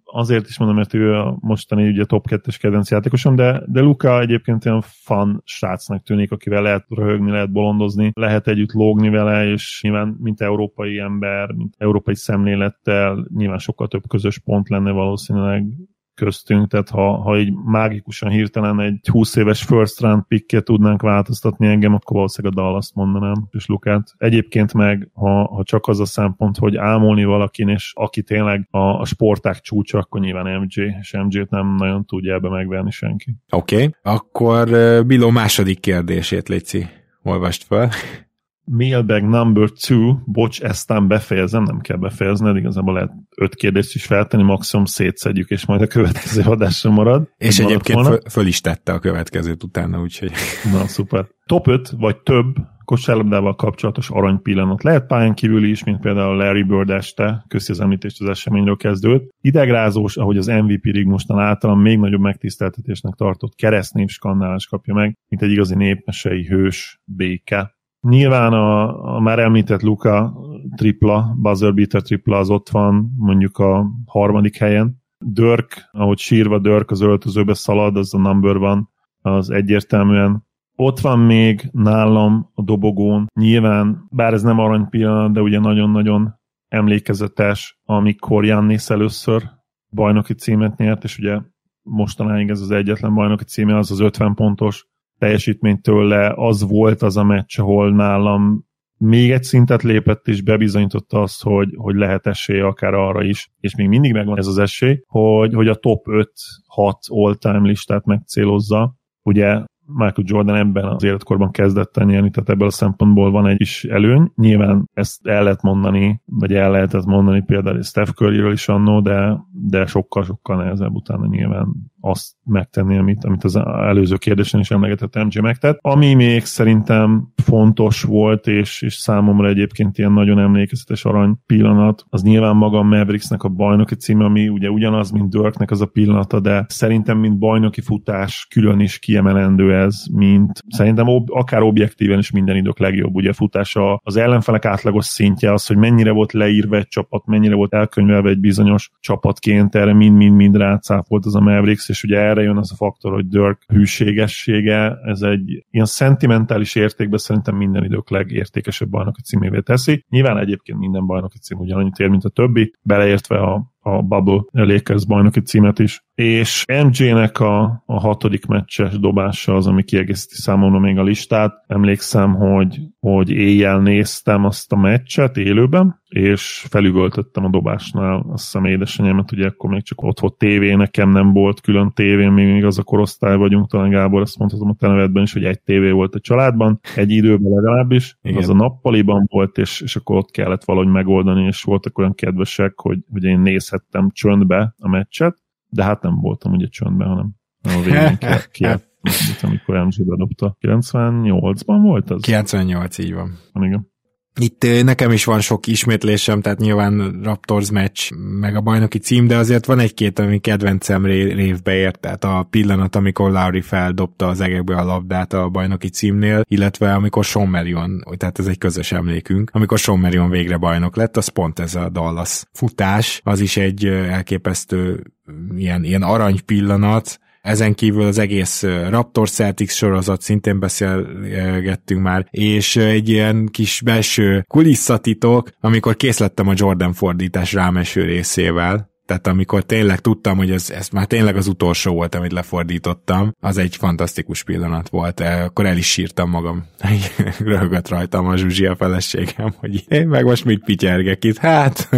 azért is mondom, mert ő a mostani ugye top kettes kedvenc játékosom, de, de Luka egyébként olyan fun srácnak tűnik, akivel lehet röhögni, lehet bolondozni, lehet együtt lógni vele, és nyilván mint európai ember, mint európai szemlélettel nyilván sokkal több közös pont lenne valószínűleg köztünk, tehát ha, ha így mágikusan hirtelen egy húsz éves first round picket tudnánk változtatni engem, akkor valószínűleg a Dallas-t mondanám, és Lukát. Egyébként meg, ha, ha csak az a szempont, hogy ámulni valakin, és aki tényleg a, a sporták csúcsa, akkor nyilván em jé, és em jét nem nagyon tudja ebbe megverni senki. Oké, okay. Akkor Biló második kérdését, léci, olvast fel. Mailbag number two, bocs, eztán befejezem, nem kell befejezned, igazából lehet öt kérdést is feltenni, maximum szétszedjük, és majd a következő adásra marad. És egyébként föl, föl is tette a következőt utána, úgyhogy... Na, szuper. Top öt, vagy több kosárlabdával kapcsolatos aranypillanat. Lehet pályán kívüli is, mint például Larry Bird este, köszi az említést, az eseményről kezdődött. Idegrázós, ahogy az em vé pé rig mostan általam még nagyobb megtiszteltetésnek tartott keresztnév skandálás kapja meg, mint egy igazi népmesei hős béke. Nyilván a, a már említett Luka tripla, buzzer beater tripla az ott van mondjuk a harmadik helyen. Dirk, ahogy sírva Dirk az öltözőbe szalad, az a number van, az egyértelműen. Ott van még nálam a dobogón, nyilván, bár ez nem arany pillanat, de ugye nagyon-nagyon emlékezetes, amikor Giannis először bajnoki címet nyert, és ugye mostanáig ez az egyetlen bajnoki címe, az az ötven pontos teljesítmény tőle, az volt az a meccs, ahol nálam még egy szintet lépett, és bebizonyította azt, hogy, hogy lehet esélye akár arra is, és még mindig megvan ez az esély, hogy, hogy a top öt hat all-time listát megcélozza. Ugye Michael Jordan ebben az életkorban kezdett el nyerni, tehát ebből a szempontból van egy is előny. Nyilván ezt el lehet mondani, vagy el lehetett mondani például Steph Curryről is annó, de, de sokkal-sokkal nehezebb utána nyilván azt megtenni, amit, amit az előző kérdésen is emlegetett em jé megtett. Ami még szerintem fontos volt, és, és számomra egyébként ilyen nagyon emlékezetes arany pillanat, az nyilván maga a Mavericksnek a bajnoki címe, ami ugye ugyanaz, mint Dirknek az a pillanata, de szerintem, mint bajnoki futás külön is kiemelendő ez, mint szerintem ob- akár objektíven is minden idők legjobb ugye futása. Az ellenfelek átlagos szintje az, hogy mennyire volt leírva egy csapat, mennyire volt elkönyvelve egy bizonyos csapatként, erre mind-mind-mind rácáfolt az a Mavericks, és ugye erre jön az a faktor, hogy Dirk hűségessége, ez egy ilyen szentimentális értékben szerintem minden idők legértékesebb bajnoki címévé teszi. Nyilván egyébként minden bajnoki cím ugyanannyit ér, mint a többi, beleértve a a Bubble Lakers bajnoki címet is. És em jének a, a hatodik meccses dobása az, ami kiegészíti számomra még a listát. Emlékszem, hogy, hogy éjjel néztem azt a meccset élőben, és felüvöltöttem a dobásnál, azt hiszem édesanyámat, ugye akkor még csak otthon tévé, nekem nem volt külön tévén, még, még az a korosztály vagyunk, talán Gábor, azt mondhatom a te nevedben is, hogy egy tévé volt a családban, egy időben legalábbis, igen. Az a nappaliban volt, és, és akkor ott kellett valahogy megoldani, és voltak olyan kedvesek, hogy, hogy én nézhettem csöndbe a meccset, de hát nem voltam ugye csöndbe, hanem a végén kiállt, amikor em jé bedobta. kilencvennyolcban volt az? kilencvennyolc, így van. Igen. Itt nekem is van sok ismétlésem, tehát nyilván Raptors meccs, meg a bajnoki cím, de azért van egy-két, ami kedvencem ré- révbe ért, tehát a pillanat, amikor Lowry feldobta az egekbe a labdát a bajnoki címnél, illetve amikor Sean Marion, tehát ez egy közös emlékünk, amikor Sean Marion végre bajnok lett, az pont ez a Dallas futás, az is egy elképesztő ilyen, ilyen arany pillanat. Ezen kívül az egész Raptors Celtics sorozat szintén beszélgettünk már, és egy ilyen kis belső kulisszatitok, amikor kész lettem a Jordan fordítás rámeső részével, tehát amikor tényleg tudtam, hogy ez, ez már tényleg az utolsó volt, amit lefordítottam, az egy fantasztikus pillanat volt. Akkor el is sírtam magam. Röhögött rajtam a Zsuzsi, a feleségem, hogy én meg most mit pityergek itt. Hát,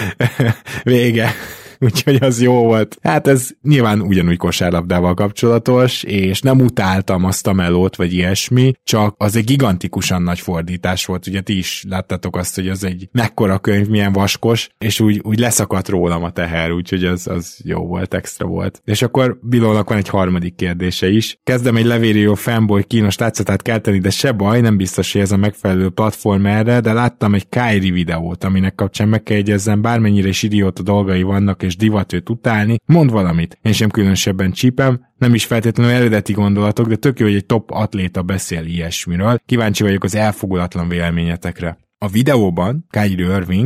vége. Úgyhogy az jó volt. Hát ez nyilván ugyanúgy kosárlabdával kapcsolatos, és nem utáltam azt a melót, vagy ilyesmi, csak az egy gigantikusan nagy fordítás volt. Ugye ti is láttátok azt, hogy az egy mekkora könyv, milyen vaskos, és úgy, úgy leszakadt rólam a teher, úgyhogy az, az jó volt, extra volt. És akkor Bilónak van egy harmadik kérdése is. Kezdem egy Levério fanboy kínos látszatát kelteni, de se baj, nem biztos, hogy ez a megfelelő platform erre, de láttam egy Kyrie videót, aminek kapcsán meg kell jegyezzem, bármennyire is idióta dolgai vannak, és divat őt utálni, mond valamit. Én sem különösebben csípem, nem is feltétlenül eredeti gondolatok, de tök jó, hogy egy top atléta beszél ilyesmiről. Kíváncsi vagyok az elfogulatlan véleményetekre. A videóban Kyrie Irving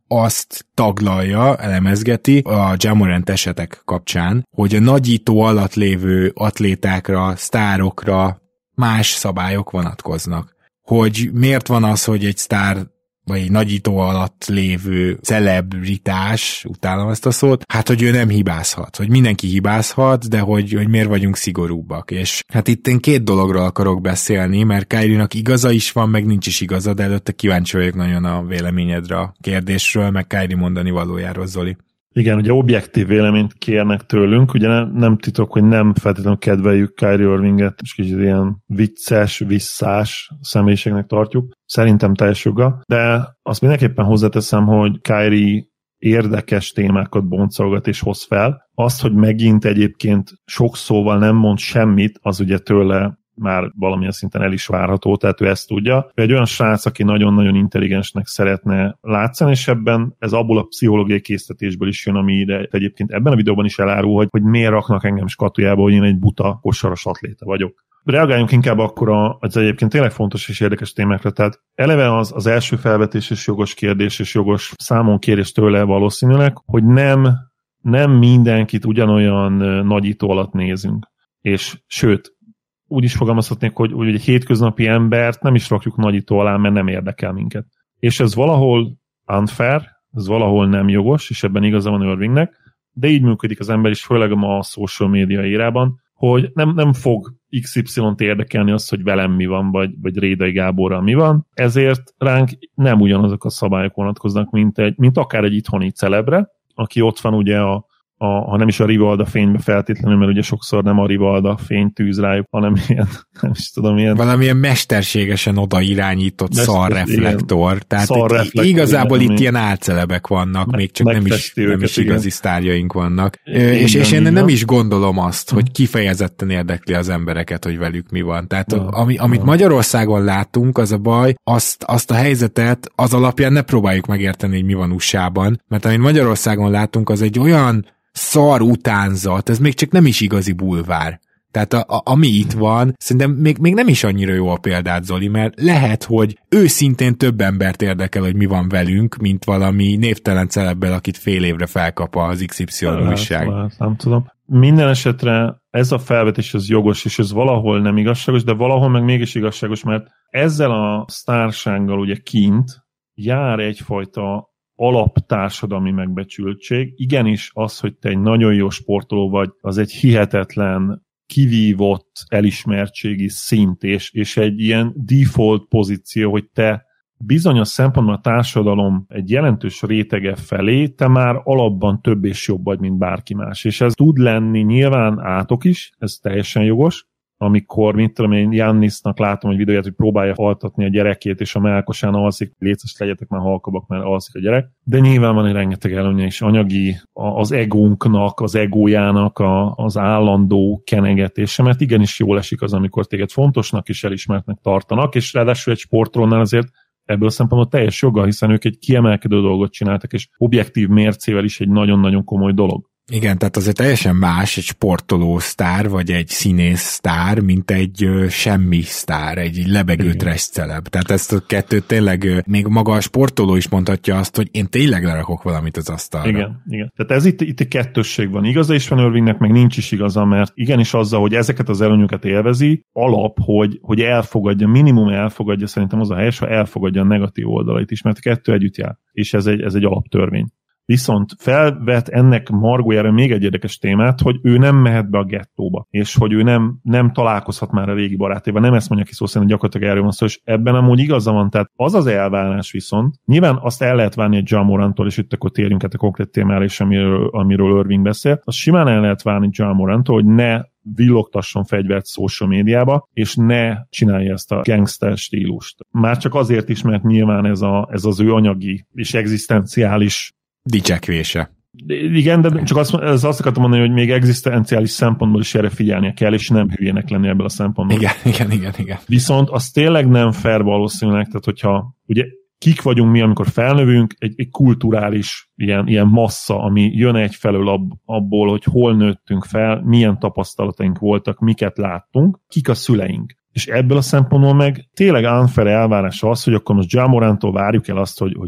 azt taglalja, elemezgeti a Ja Morant esetek kapcsán, hogy a nagyító alatt lévő atlétákra, sztárokra más szabályok vonatkoznak. Hogy miért van az, hogy egy sztár vagy egy nagyító alatt lévő celebritás, utálom ezt a szót, hát, hogy ő nem hibázhat, hogy mindenki hibázhat, de hogy, hogy miért vagyunk szigorúbbak. És hát itt én két dologról akarok beszélni, mert Kyrie-nak igaza is van, meg nincs is igaza, de előtte kíváncsi vagyok nagyon a véleményedre a kérdésről, meg Kyrie mondani valójáról, Zoli. Igen, ugye objektív véleményt kérnek tőlünk, ugye nem, nem titok, hogy nem feltétlenül kedveljük Kyrie Irvinget, és kicsit ilyen vicces, visszás személyiségnek tartjuk. Szerintem teljes joga, de azt mindenképpen hozzáteszem, hogy Kyrie érdekes témákat boncolgat és hoz fel. Azt, hogy megint egyébként sok szóval nem mond semmit, az ugye tőle már valamilyen szinten el is várható, tehát ő ezt tudja. Ő egy olyan srác, aki nagyon-nagyon intelligensnek szeretne látszani, és ebben ez abból a pszichológiai késztetésből is jön, amire egyébként ebben a videóban is elárul, hogy, hogy miért raknak engem skatujába, hogy én egy buta kosaras atléta vagyok. Reagáljunk inkább akkor a, az egyébként tényleg fontos és érdekes témákra, tehát eleve az, az első felvetés és jogos kérdés és jogos számon kérés tőle valószínűleg, hogy nem, nem mindenkit ugyanolyan nagyító alatt nézünk. És sőt, úgy is fogalmazhatnék, hogy, hogy egy hétköznapi embert nem is rakjuk nagyító alá, mert nem érdekel minket. És ez valahol unfair, ez valahol nem jogos, és ebben igaza van Irvingnek, de így működik az ember is, főleg ma a social média érában, hogy nem, nem fog iksz ipszilont érdekelni az, hogy velem mi van, vagy, vagy Rédai Gáborral mi van, ezért ránk nem ugyanazok a szabályok vonatkoznak, mint, egy, mint akár egy itthoni celebre, aki ott van ugye a A, ha nem is a Rivalda fénybe feltétlenül, mert ugye sokszor nem a Rivalda fény tűz rájuk, hanem ilyen, nem is tudom, ilyen... Valamilyen mesterségesen odairányított szarreflektor. Tehát szarreflektor, igazából igen, itt ilyen álcelebek vannak, meg, még csak nem is, nem is igazi sztárjaink vannak. Igen, és, és én igen. nem is gondolom azt, hogy kifejezetten érdekli az embereket, hogy velük mi van. Tehát ja, ami, amit ja. Magyarországon látunk, az a baj, azt, azt a helyzetet az alapján ne próbáljuk megérteni, hogy mi van u es á-ban, mert amit Magyarországon látunk, az egy olyan szar utánzat, ez még csak nem is igazi bulvár. Tehát a, a, ami itt van, szerintem még, még nem is annyira jó a példát, Zoli, mert lehet, hogy őszintén több embert érdekel, hogy mi van velünk, mint valami névtelen celebbel, akit fél évre felkap az iksz ipszilon újság. Nem tudom. Minden esetre ez a felvetés az jogos, és ez valahol nem igazságos, de valahol meg mégis igazságos, mert ezzel a sztársággal ugye kint jár egyfajta alaptársadalmi megbecsültség. Igenis az, hogy te egy nagyon jó sportoló vagy, az egy hihetetlen, kivívott elismertségi szint, és, és egy ilyen default pozíció, hogy te bizonyos szempontból a társadalom egy jelentős rétege felé te már alapban több és jobb vagy, mint bárki más. És ez tud lenni nyilván átok is, ez teljesen jogos, amikor, mint tudom én, Giannisnak látom egy videóját, hogy próbálja altatni a gyerekét, és a mellkosán alszik, létszes legyetek már halkabbak, mert alszik a gyerek. De nyilván van egy rengeteg előnye is, anyagi, az egónknak, az egójának a, az állandó kenegetése, mert igenis jól esik az, amikor téged fontosnak és elismertnek tartanak, és ráadásul egy sportolónál azért ebből a szempontból teljes joga, hiszen ők egy kiemelkedő dolgot csináltak, és objektív mércével is egy nagyon-nagyon komoly dolog. Igen, tehát azért teljesen más egy sportoló sztár, vagy egy színész sztár, mint egy ö, semmi sztár, egy lebegő trash celeb. Tehát ezt a kettőt tényleg, ö, még maga a sportoló is mondhatja azt, hogy én tényleg lerakok valamit az asztalra. Igen, igen. Tehát ez itt, itt egy kettősség van. Igaza is van Irvingnek, meg nincs is igaza, mert igenis azzal, hogy ezeket az előnyöket élvezi, alap, hogy, hogy elfogadja, minimum elfogadja, szerintem az a helyes, ha elfogadja a negatív oldalait is, mert a kettő együtt jár. És ez egy, ez egy alaptörvény. Viszont felvet ennek margójára még egy érdekes témát, hogy ő nem mehet be a gettóba, és hogy ő nem, nem találkozhat már a régi barátaival. Nem ezt mondja ki szó szerint, gyakorlatilag erről van szó, és ebben amúgy igaza van. Tehát az az elvárás viszont, nyilván azt el lehet várni egy Ja Morantól, és itt akkor térjünk át a konkrét témára is, amiről, amiről Irving beszél. Azt simán el lehet várni Ja Morantól, hogy ne villogtasson fegyvert social médiába, és ne csinálja ezt a gangster stílust. Már csak azért is, mert nyilván ez, a, ez az ő anyagi és egzisztenciális dicsekvése. Igen, de csak azt, azt akartam mondani, hogy még egzisztenciális szempontból is erre figyelnie kell, és nem hülyének lenni ebből a szempontból. Igen, igen, igen, igen. Viszont az tényleg nem fair valószínűleg, tehát hogyha ugye kik vagyunk mi, amikor felnövünk, egy, egy kulturális ilyen, ilyen massza, ami jön egyfelől ab, abból, hogy hol nőttünk fel, milyen tapasztalataink voltak, miket láttunk, kik a szüleink. És ebből a szempontból meg tényleg unfair elvárása az, hogy akkor most Ja Morantól várjuk el azt, hogy, hogy ő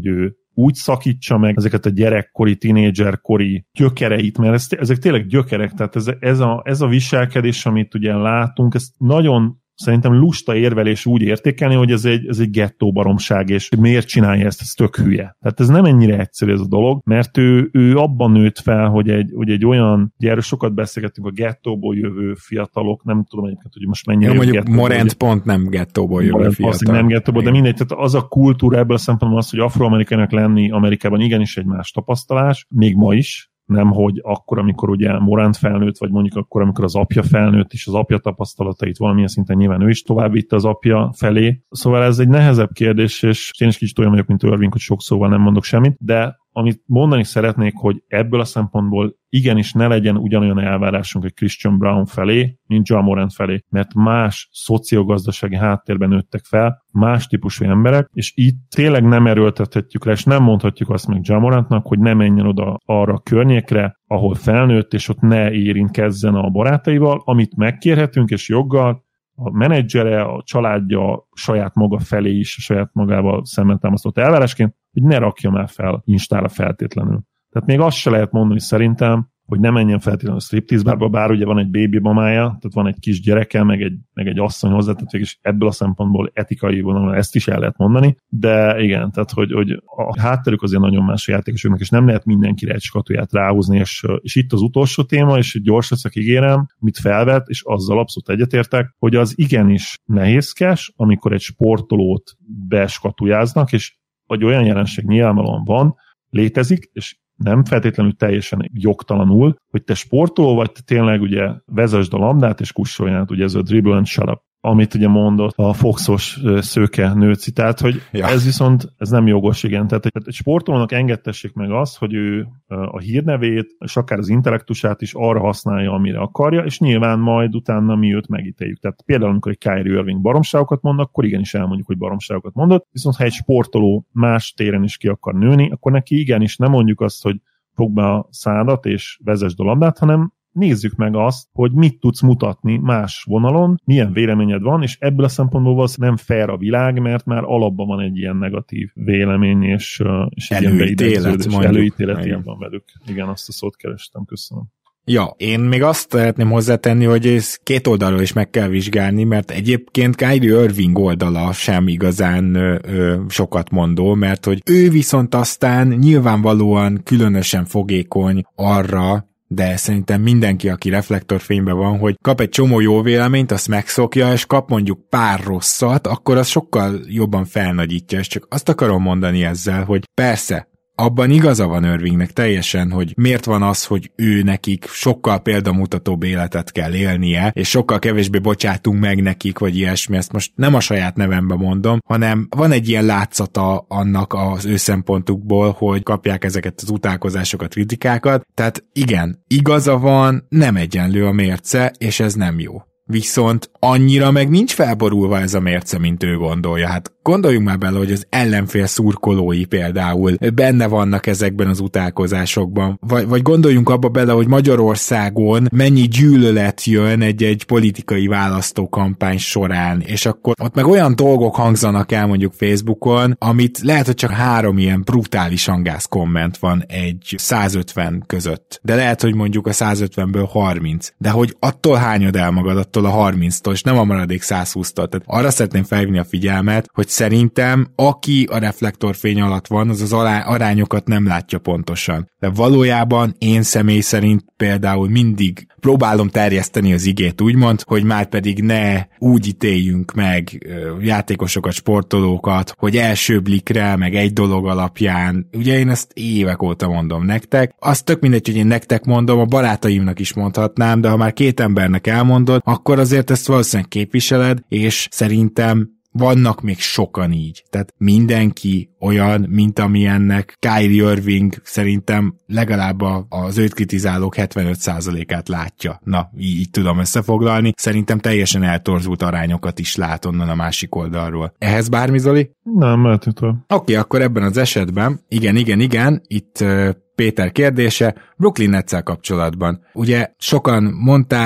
úgy szakítsa meg ezeket a gyerekkori, tínédzserkori gyökereit, mert ez, ezek tényleg gyökerek, tehát ez, ez, a, ez a viselkedés, amit ugye látunk, ez nagyon szerintem lusta érvelés úgy értékelni, hogy ez egy, ez egy gettó baromság, és miért csinálja ezt, ez tök hülye. Tehát ez nem ennyire egyszerű ez a dolog, mert ő, ő abban nőtt fel, hogy egy, hogy egy olyan, ugye erről sokat beszélgettünk, a gettóból jövő fiatalok, nem tudom egyébként, hogy most mennyire... Jó, mondjuk Morant pont nem gettóból jövő Morant fiatal. Nem gettóból, de mindegy, tehát az a kultúra ebből a szempontból az, hogy afroamerikának lenni Amerikában igenis egy más tapasztalás, még ma is, nem hogy akkor, amikor ugye Morant felnőtt, vagy mondjuk akkor, amikor az apja felnőtt, és az apja tapasztalatait valamilyen szinten nyilván ő is tovább vitte az apja felé. Szóval ez egy nehezebb kérdés, és én is kicsit olyan vagyok, mint Irving, hogy sok szóval nem mondok semmit, de amit mondani szeretnék, hogy ebből a szempontból igenis ne legyen ugyanolyan elvárásunk egy Christian Braun felé, mint Ja Morant felé, mert más szociogazdasági háttérben nőttek fel, más típusú emberek, és itt tényleg nem erőltethetjük le, és nem mondhatjuk azt meg Ja Morantnak, hogy ne menjen oda arra a környékre, ahol felnőtt, és ott ne érintkezzen a barátaival, amit megkérhetünk, és joggal, a menedzsere, a családja, a saját maga felé is, a saját magával szemben támasztott elvárásként, hogy ne rakja már fel Instára feltétlenül. Tehát még azt se lehet mondani szerintem, hogy ne menjen feltétlenül a striptease bárba, bár ugye van egy baby mamája, tehát van egy kis gyereke, meg egy, meg egy asszony hozzá, tehát végülis ebből a szempontból etikai vonalon ezt is el lehet mondani, de igen, tehát hogy, hogy a hátterük azért nagyon más a játékosoknak, és nem lehet mindenkire egy skatuját ráhúzni, és, és itt az utolsó téma, és gyors leszek, ígérem, mit felvet, és azzal abszolút egyetértek, hogy az igenis nehézkes, amikor egy sportolót beskatujáznak, és vagy olyan jelenség nyilvánvalóan van, létezik, és nem feltétlenül teljesen jogtalanul, hogy te sportoló vagy, te tényleg ugye vezesd a labdát és kussoljál, ugye ez a dribble and shut up, amit ugye mondott a Foxos szőke nőci, tehát hogy ja. ez viszont ez nem jogos, igen. Tehát egy sportolónak engedtessék meg azt, hogy ő a hírnevét, és akár az intellektusát is arra használja, amire akarja, és nyilván majd utána mi őt megítéljük. Tehát például, amikor egy Kyrie Irving baromságokat mond, akkor igenis elmondjuk, hogy baromságokat mondott, viszont ha egy sportoló más téren is ki akar nőni, akkor neki igenis nem mondjuk azt, hogy fogd be a szádat és vezesd a labdát, hanem nézzük meg azt, hogy mit tudsz mutatni más vonalon, milyen véleményed van, és ebből a szempontból valószínűleg nem fair a világ, mert már alapban van egy ilyen negatív vélemény, és, és egy előítélet, ilyen előítélet ilyen van velük. Igen, azt a szót kerestem, köszönöm. Ja, én még azt szeretném hozzátenni, hogy ez két oldalról is meg kell vizsgálni, mert egyébként Kyrie Irving oldala sem igazán ö, ö, sokat mondó, mert hogy ő viszont aztán nyilvánvalóan különösen fogékony arra, de szerintem mindenki, aki reflektorfényben van, hogy kap egy csomó jó véleményt, azt megszokja, és kap mondjuk pár rosszat, akkor az sokkal jobban felnagyítja, és csak azt akarom mondani ezzel, hogy persze, abban igaza van Irvingnek teljesen, hogy miért van az, hogy ő nekik sokkal példamutatóbb életet kell élnie, és sokkal kevésbé bocsátunk meg nekik, vagy ilyesmi, ezt most nem a saját nevembe mondom, hanem van egy ilyen látszata annak az ő szempontukból, hogy kapják ezeket az utálkozásokat, kritikákat, tehát igen, igaza van, nem egyenlő a mérce, és ez nem jó. Viszont annyira meg nincs felborulva ez a mérce, mint ő gondolja. Hát gondoljunk már bele, hogy az ellenfél szurkolói például benne vannak ezekben az utálkozásokban. Vagy, vagy gondoljunk abba bele, hogy Magyarországon mennyi gyűlölet jön egy-egy politikai választókampány során, és akkor ott meg olyan dolgok hangzanak el mondjuk Facebookon, amit lehet, hogy csak három ilyen brutális angász komment van egy százötven között. De lehet, hogy mondjuk a százötvenből harminc. De hogy attól hányod el magad, attól a harminctól, és nem a maradék százhúsztól. Tehát arra szeretném felhívni a figyelmet, hogy szerintem aki a reflektorfény alatt van, az az arányokat nem látja pontosan. De valójában én személy szerint például mindig próbálom terjeszteni az igét úgymond, hogy már pedig ne úgy ítéljünk meg játékosokat, sportolókat, hogy első blikre, meg egy dolog alapján. Ugye én ezt évek óta mondom nektek. Az tök mindegy, hogy én nektek mondom, a barátaimnak is mondhatnám, de ha már két embernek elmondod, akkor azért ezt valószínűleg képviseled, és szerintem vannak még sokan így. Tehát mindenki olyan, mint amilyennek Kyrie Irving szerintem legalább az őt kritizálók hetvenöt százalékát látja. Na, így, így tudom összefoglalni. Szerintem teljesen eltorzult arányokat is lát onnan a másik oldalról. Ehhez bármi, Zoli? Nem, mehetünk tovább. Oké, okay, akkor ebben az esetben, igen, igen, igen, itt uh, Péter kérdése, Brooklyn Netszel kapcsolatban. Ugye sokan mondták,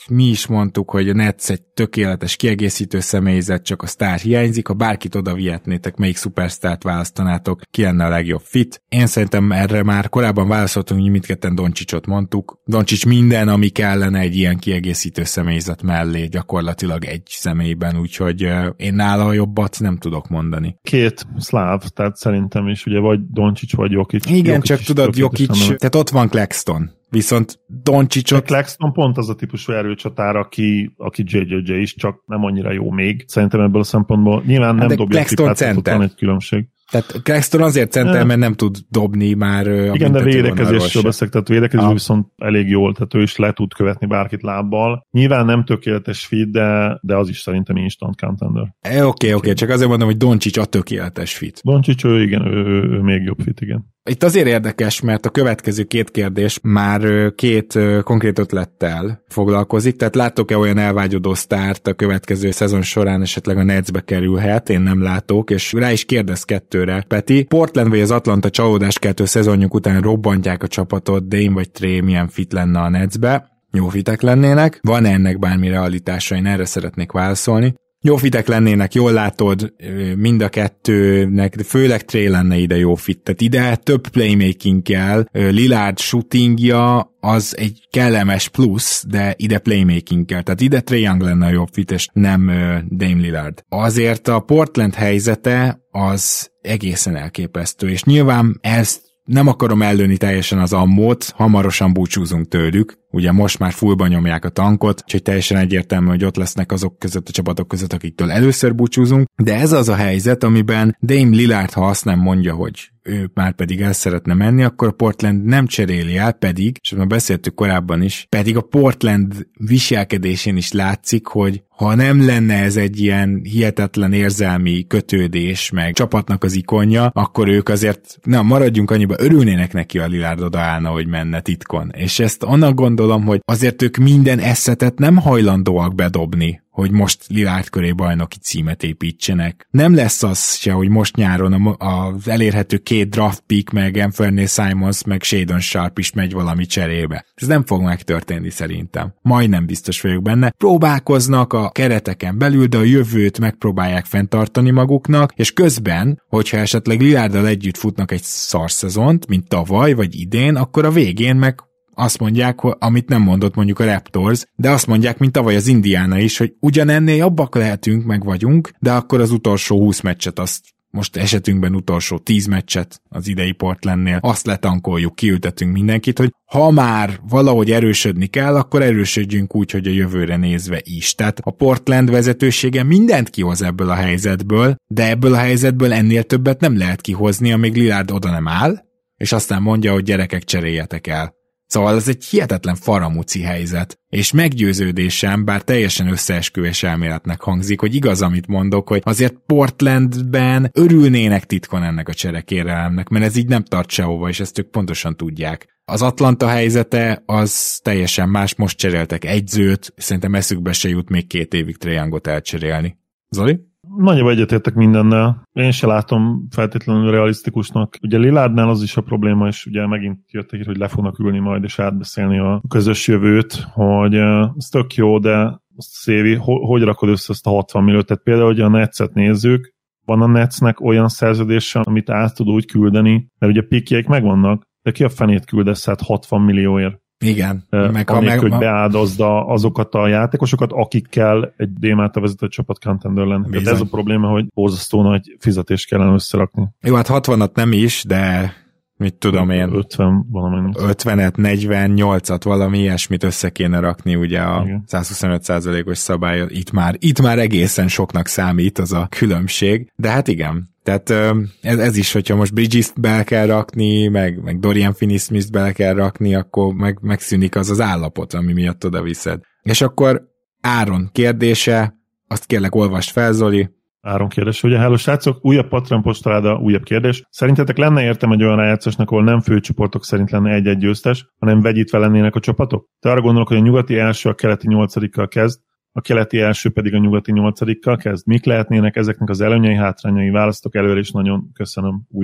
mi is mondtuk, hogy a Nets egy tökéletes kiegészítő személyzet, csak a sztár hiányzik, ha bárkit oda vihetnétek, melyik szupersztárt választanátok, ki lenne a legjobb fit. Én szerintem erre már korábban válaszoltunk, hogy mindketten Doncsicsot mondtuk. Doncsics minden, ami kellene egy ilyen kiegészítő személyzet mellé, gyakorlatilag egy személyben, úgyhogy én nála a jobbat nem tudok mondani. Két szláv, tehát szerintem is, ugye vagy Doncsics, vagy Jokic. Igen, Jokic csak tudod, Jokic, tehát ott van Claxton. Viszont Doncsicsot... Claxton pont az a típusú erőcsatár, aki, aki jé jé jé is, csak nem annyira jó még. Szerintem ebből a szempontból nyilván nem de dobja a tripát, ott van egy különbség. Tehát Claxton azért center, mert nem tud dobni már. Igen, de védekezésről beszélek, tehát védekezésről ah. viszont elég jól, tehát ő is le tud követni bárkit lábbal. Nyilván nem tökéletes fit, de, de az is szerintem instant contender. Oké, oké, okay, okay, csak azért mondom, hogy Doncsics a tökéletes fit. Doncsics, ő igen, ő, ő, ő még jobb fit, igen. Itt azért érdekes, mert a következő két kérdés már két konkrét ötlettel foglalkozik, tehát láttok-e olyan elvágyodó sztárt a következő szezon során esetleg a Netsbe kerülhet, én nem látok, és rá is kérdez kettőre, Peti. Portland vagy az Atlanta csalódáskeltő szezonjuk után robbantják a csapatot, Dame vagy Trey milyen fit lenne a Netsbe? Jó fitek lennének? Van ennek bármi realitása? Én erre szeretnék válaszolni. Jó fitek lennének, jól látod, mind a kettőnek, de főleg Trey lenne ide jó fit. Tehát ide több playmaking kell, Lillard shootingja az egy kellemes plusz, de ide playmaking kell. Tehát ide Trae Young lenne a jobb fit, és nem Dame Lillard. Azért a Portland helyzete az egészen elképesztő, és nyilván ezt nem akarom ellőni teljesen az ammót, hamarosan búcsúzunk tőlük, ugye most már fullba nyomják a tankot, úgyhogy teljesen egyértelmű, hogy ott lesznek azok között a csapatok között, akiktől először búcsúzunk, de ez az a helyzet, amiben Dame Lillard, ha azt nem mondja, hogy ő már pedig el szeretne menni, akkor a Portland nem cseréli el, pedig, és már beszéltük korábban is, pedig a Portland viselkedésén is látszik, hogy ha nem lenne ez egy ilyen hihetetlen érzelmi kötődés, meg csapatnak az ikonja, akkor ők azért, na maradjunk annyiba, örülnének neki, a Lillard odaállna, hogy menne titkon. És ezt annak gondolom, hogy azért ők minden eszetet nem hajlandóak bedobni, hogy most Lillard köré bajnoki címet építsenek. Nem lesz az se, hogy most nyáron az elérhető két draft pick, meg Anthony Simons, meg Shadon Sharp is megy valami cserébe. Ez nem fog megtörténni szerintem. Majdnem biztos vagyok benne. Próbálkoznak a kereteken belül, de a jövőt megpróbálják fenntartani maguknak, és közben, hogyha esetleg Lillarddal együtt futnak egy szarszezont, mint tavaly, vagy idén, akkor a végén meg azt mondják, amit nem mondott mondjuk a Raptors, de azt mondják, mint tavaly az Indiana is, hogy ugyanennél jobbak lehetünk, meg vagyunk, de akkor az utolsó húsz meccset, azt most esetünkben utolsó tíz meccset az idei Portlandnél, azt letankoljuk, kiültetünk mindenkit, hogy ha már valahogy erősödni kell, akkor erősödjünk úgy, hogy a jövőre nézve is. Tehát a Portland vezetősége mindent kihoz ebből a helyzetből, de ebből a helyzetből ennél többet nem lehet kihozni, amíg Lillard oda nem áll, és aztán mondja, hogy gyerekek, cseréljetek el. Szóval ez egy hihetetlen faramúci helyzet, és meggyőződésem, bár teljesen összeesküvés elméletnek hangzik, hogy igaz, amit mondok, hogy azért Portlandben örülnének titkon ennek a cserekérelemnek, mert ez így nem tart sehova, és ezt ők pontosan tudják. Az Atlanta helyzete az teljesen más, most cseréltek egyzőt, szerintem eszükbe se jut még két évig Trae Youngot elcserélni. Zoli? Nagyobb egyetértek mindennel. Én se látom feltétlenül realisztikusnak. Ugye Lillardnál az is a probléma, és ugye megint jött egy, hogy le fognak ülni majd, és átbeszélni a közös jövőt, hogy ez tök jó, de Szévi, hogy rakod össze ezt a hatvan milliót? Tehát például, hogy a Netset nézzük, van a Netsnek olyan szerződése, amit át tud úgy küldeni, mert ugye pikjeik megvannak, de ki a fenét küldesz hát hatvan millióért? Igen. Meg ha meg, hogy beáldozza azokat a játékosokat, akikkel egy Dame-által vezetett csapat contender lenne. Tehát ez a probléma, hogy borzasztó nagy fizetést kellene összerakni. Jó, hát hatvanat nem is, de mit tudom én. ötven valamennyi. ötvenet, negyvennyolcat, valami ilyesmit össze kéne rakni, ugye a igen. száz huszonöt százalékos szabály. Itt már, itt már egészen soknak számít az a különbség. De hát igen. Tehát ez, ez is, hogyha most Bridges-t bele kell rakni, meg, meg Dorian Finney-Smith-t bele kell rakni, akkor meg, megszűnik az az állapot, ami miatt oda viszed. És akkor Áron kérdése, azt kérlek olvasd fel, Zoli. Áron kérdés, ugye hello srácok, újabb Patreon postaláda, újabb kérdés. Szerintetek lenne értem egy olyan rájátszásnak, ahol nem főcsoportok szerint lenne egy-egy győztes, hanem vegyítve lennének a csapatok? Te arra gondolok, hogy a nyugati első a keleti nyolcadikkal kezd, a keleti első pedig a nyugati nyolcadikkal kezd. Mik lehetnének ezeknek az előnyei, hátrányai? Választok előre, és nagyon köszönöm újra.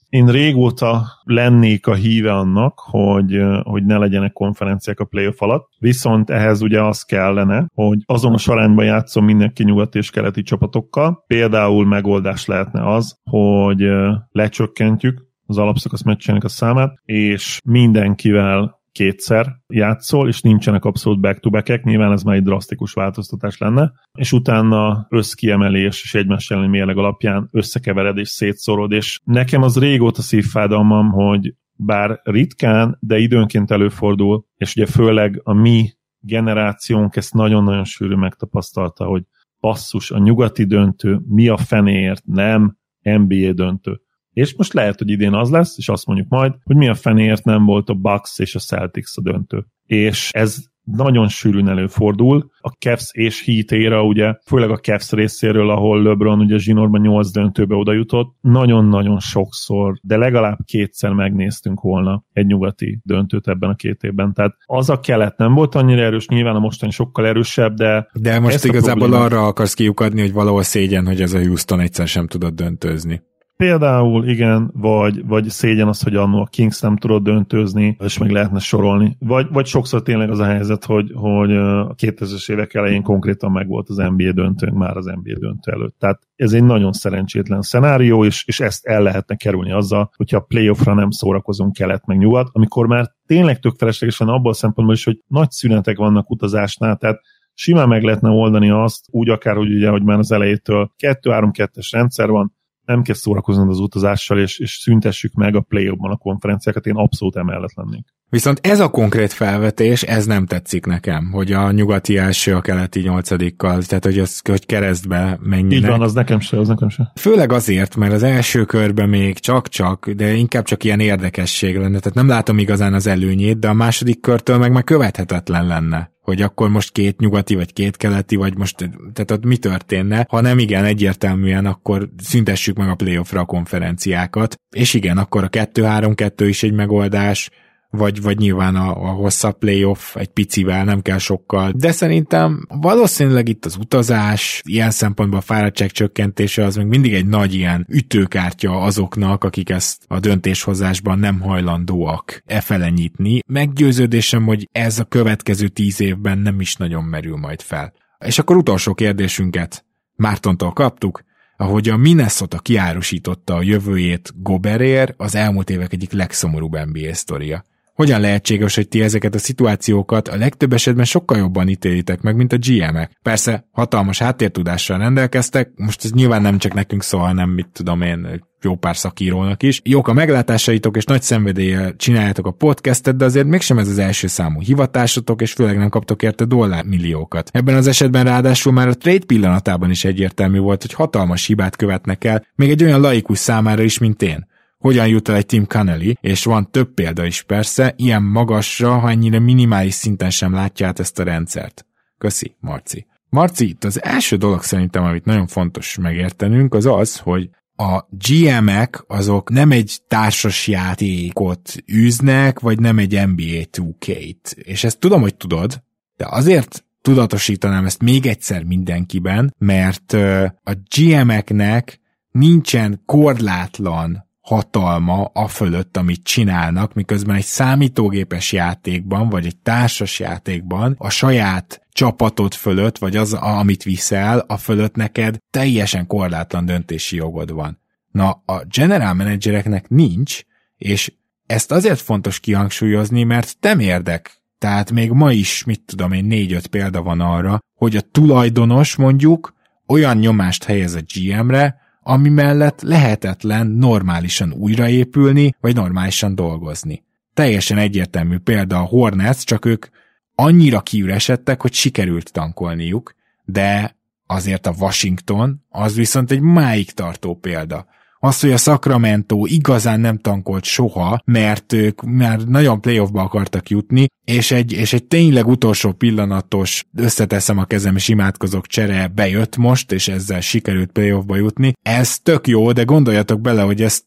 Én régóta lennék a híve annak, hogy, hogy ne legyenek konferenciák a playoff alatt, viszont ehhez ugye az kellene, hogy azonos arányban játszom mindenki nyugati és keleti csapatokkal. Például megoldás lehetne az, hogy lecsökkentjük az alapszakasz meccsének a számát, és mindenkivel kétszer játszol, és nincsenek abszolút back-to-back-ek, nyilván ez már egy drasztikus változtatás lenne, és utána összkiemelés és egymás elleni mérleg alapján összekevered és szétszorod, és nekem az régóta szívfájdalmam, hogy bár ritkán, de időnként előfordul, és ugye főleg a mi generációnk ezt nagyon-nagyon sűrű megtapasztalta, hogy basszus, a nyugati döntő mi a fenéért nem en bé á döntő. És most lehet, hogy idén az lesz, és azt mondjuk majd, hogy mi a fenéért nem volt a Bucks és a Celtics a döntő. És ez nagyon sűrűn előfordul. A Cavs és Heat éra, ugye, főleg a Cavs részéről, ahol LeBron ugye zsinórban nyolc döntőbe oda jutott, nagyon-nagyon sokszor, de legalább kétszer megnéztünk volna egy nyugati döntőt ebben a két évben. Tehát az a kelet nem volt annyira erős, nyilván a mostani sokkal erősebb, de... De most igazából arra akarsz kiukadni, hogy valahol szégyen, hogy ez a Houston egyszer sem tudott döntőzni. Például, igen, vagy, vagy szégyen az, hogy annól a Kings nem tudod döntőzni, és meg lehetne sorolni. Vagy, vagy sokszor tényleg az a helyzet, hogy, hogy a kétezres évek elején konkrétan megvolt az en bé á döntőnk már az en bé á döntő előtt. Tehát ez egy nagyon szerencsétlen szenárió, és, és ezt el lehetne kerülni azzal, hogyha a playoffra nem szórakozunk kelet meg nyugat, amikor már tényleg tök felesleges van abból a szempontból is, hogy nagy szünetek vannak utazásnál, tehát simán meg lehetne oldani azt, úgy akár, hogy ugye, hogy már az elejétől kettő három kettes rendszer van, nem kell szórakoznod az utazással, és, és szüntessük meg a play-offban a konferenciákat, én abszolút emellett lennék. Viszont ez a konkrét felvetés, ez nem tetszik nekem, hogy a nyugati első a keleti nyolcadikkal, tehát hogy, az, hogy keresztbe menjenek. Így van, az nekem se, az nekem se. Főleg azért, mert az első körben még csak-csak, de inkább csak ilyen érdekesség lenne, tehát nem látom igazán az előnyét, de a második körtől meg már követhetetlen lenne, hogy akkor most két nyugati, vagy két keleti, vagy most, tehát ott mi történne, ha nem igen, egyértelműen, akkor szüntessük meg a playoffra a konferenciákat, és igen, akkor a kettő három kettő is egy megoldás, vagy, vagy nyilván a, a hosszabb playoff egy picivel, nem kell sokkal, de szerintem valószínűleg itt az utazás, ilyen szempontból a fáradtság csökkentése az még mindig egy nagy ilyen ütőkártya azoknak, akik ezt a döntéshozásban nem hajlandóak efele nyitni. Meggyőződésem, hogy ez a következő tíz évben nem is nagyon merül majd fel. És akkor utolsó kérdésünket Mártontól kaptuk, ahogy a Minnesota kiárusította a jövőjét Gobertért, az elmúlt évek egyik legszomorúbb en bé á sztoria. Hogyan lehetséges, hogy ti ezeket a szituációkat a legtöbb esetben sokkal jobban ítélitek meg, mint a gé emek? Persze, hatalmas háttértudással rendelkeztek, most ez nyilván nem csak nekünk szól, hanem mit tudom én, jó pár szakírónak is. Jók a meglátásaitok, és nagy szenvedéllyel csináljátok a podcastet, de azért mégsem ez az első számú hivatásotok, és főleg nem kaptok érte dollármilliókat. Ebben az esetben ráadásul már a trade pillanatában is egyértelmű volt, hogy hatalmas hibát követnek el, még egy olyan laikus számára is, mint én. Hogyan jut el egy Tim Connelly, és van több példa is persze, ilyen magasra, ha ennyire minimális szinten sem látja át ezt a rendszert. Köszi, Marci. Marci, itt az első dolog szerintem, amit nagyon fontos megértenünk, az az, hogy a gé emek azok nem egy társas játékot űznek, vagy nem egy en bé á two K-t. És ezt tudom, hogy tudod, de azért tudatosítanám ezt még egyszer mindenkiben, mert a gé emeknek nincsen korlátlan hatalma a fölött, amit csinálnak, miközben egy számítógépes játékban, vagy egy társas játékban a saját csapatod fölött, vagy az, amit viszel, a fölött neked teljesen korlátlan döntési jogod van. Na, a general managereknek nincs, és ezt azért fontos kihangsúlyozni, mert nem érdek. Tehát még ma is, mit tudom én, négy-öt példa van arra, hogy a tulajdonos mondjuk olyan nyomást helyez a gé emre, ami mellett lehetetlen normálisan újraépülni, vagy normálisan dolgozni. Teljesen egyértelmű példa a Hornets, csak ők annyira kiüresedtek, hogy sikerült tankolniuk, de azért a Washington az viszont egy máig tartó példa. Az, hogy a Sacramento igazán nem tankolt soha, mert ők már nagyon playoffba akartak jutni, és egy, és egy tényleg utolsó pillanatos, összeteszem a kezem és imádkozok csere bejött most, és ezzel sikerült playoffba jutni. Ez tök jó, de gondoljatok bele, hogy ezt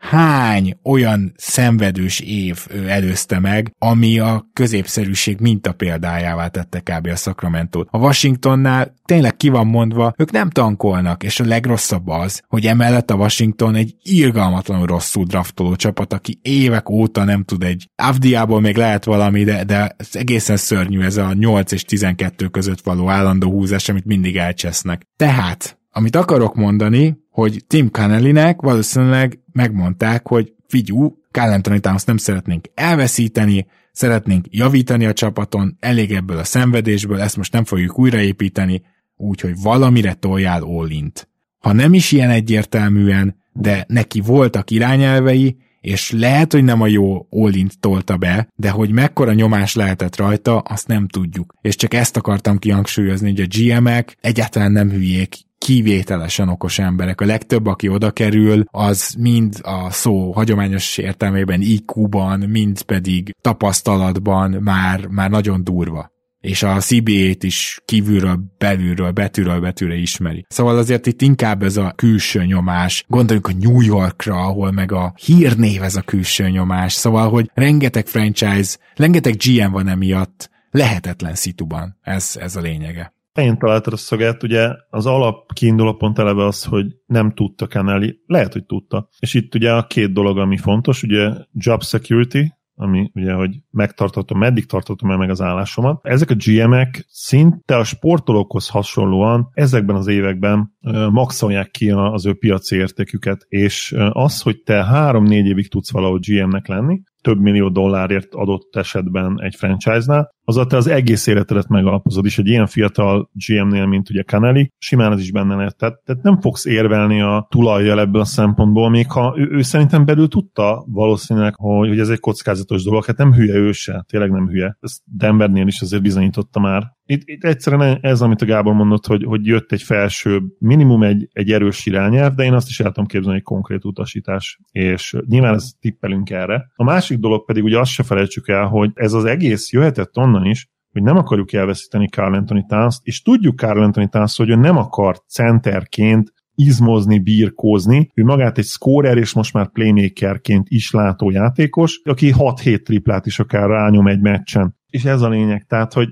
hány olyan szenvedős év előzte meg, ami a középszerűség mintapéldájává tette kb. A Sacramento-t. A Washingtonnál tényleg ki van mondva, ők nem tankolnak, és a legrosszabb az, hogy emellett a Washington egy irgalmatlanul rosszul draftoló csapat, aki évek óta nem tud egy Avdiából még lehet valami, de, de ez egészen szörnyű ez a nyolc és tizenkettő között való állandó húzás, amit mindig elcsesznek. Tehát, amit akarok mondani, hogy Tim Connellynek valószínűleg megmondták, hogy figyú, Karl Anthony Towns nem szeretnénk elveszíteni, szeretnénk javítani a csapaton, elég ebből a szenvedésből, ezt most nem fogjuk újraépíteni, úgyhogy valamire toljál all-int. Ha nem is ilyen egyértelműen, de neki voltak irányelvei, és lehet, hogy nem a jó all-int tolta be, de hogy mekkora nyomás lehetett rajta, azt nem tudjuk. És csak ezt akartam kihangsúlyozni, hogy a gé em-ek egyáltalán nem hülyék, kivételesen okos emberek. A legtöbb, aki oda kerül, az mind a szó hagyományos értelmében í kú-ban, mind pedig tapasztalatban már, már nagyon durva. És a cé bé á-t is kívülről, belülről, betűről, betűre ismeri. Szóval azért itt inkább ez a külső nyomás. Gondoljunk a New Yorkra, ahol meg a hírnév ez a külső nyomás. Szóval, hogy rengeteg franchise, rengeteg gé em van emiatt, lehetetlen szituban. Ez, ez a lényege. Én találtad a szöget, ugye az alap kiinduló pont eleve az, hogy nem tudta Connelly, lehet, hogy tudta. És itt ugye a két dolog, ami fontos, ugye job security, ami ugye, hogy megtartatom, meddig tartatom el meg az állásomat. Ezek a gé em-ek szinte a sportolókhoz hasonlóan ezekben az években maxolják ki az ő piaci értéküket, és az, hogy te három-négy évig tudsz valahogy gé em-nek lenni, több millió dollárért adott esetben egy franchise-nál, azzal te az egész életedet megalapozod, és egy ilyen fiatal gé em-nél, mint ugye Connelly, simán ez is benne lehet. Tehát, tehát nem fogsz érvelni a tulajjal ebből a szempontból, még ha ő, ő szerintem belül tudta valószínűleg, hogy, hogy ez egy kockázatos dolog, hát nem hülye ő se, tényleg nem hülye. Ezt Denvernél is azért bizonyította már. Itt, itt egyszerűen ez, amit a Gábor mondott, hogy, hogy jött egy felső, minimum egy, egy erős irányelv, de én azt is el tudom képzelni, egy konkrét utasítás, és nyilván ezt tippelünk erre. A másik dolog pedig ugye azt se felejtsük el, hogy ez az egész jöhetett onnan is, hogy nem akarjuk elveszíteni Karl Anthony Towns-t, és tudjuk Karl Anthony Towns, hogy ő nem akar centerként izmozni, birkózni, ő magát egy scorer és most már playmakerként is látó játékos, aki hat-hét triplát is akár rányom egy meccsen. És ez a lényeg, tehát, hogy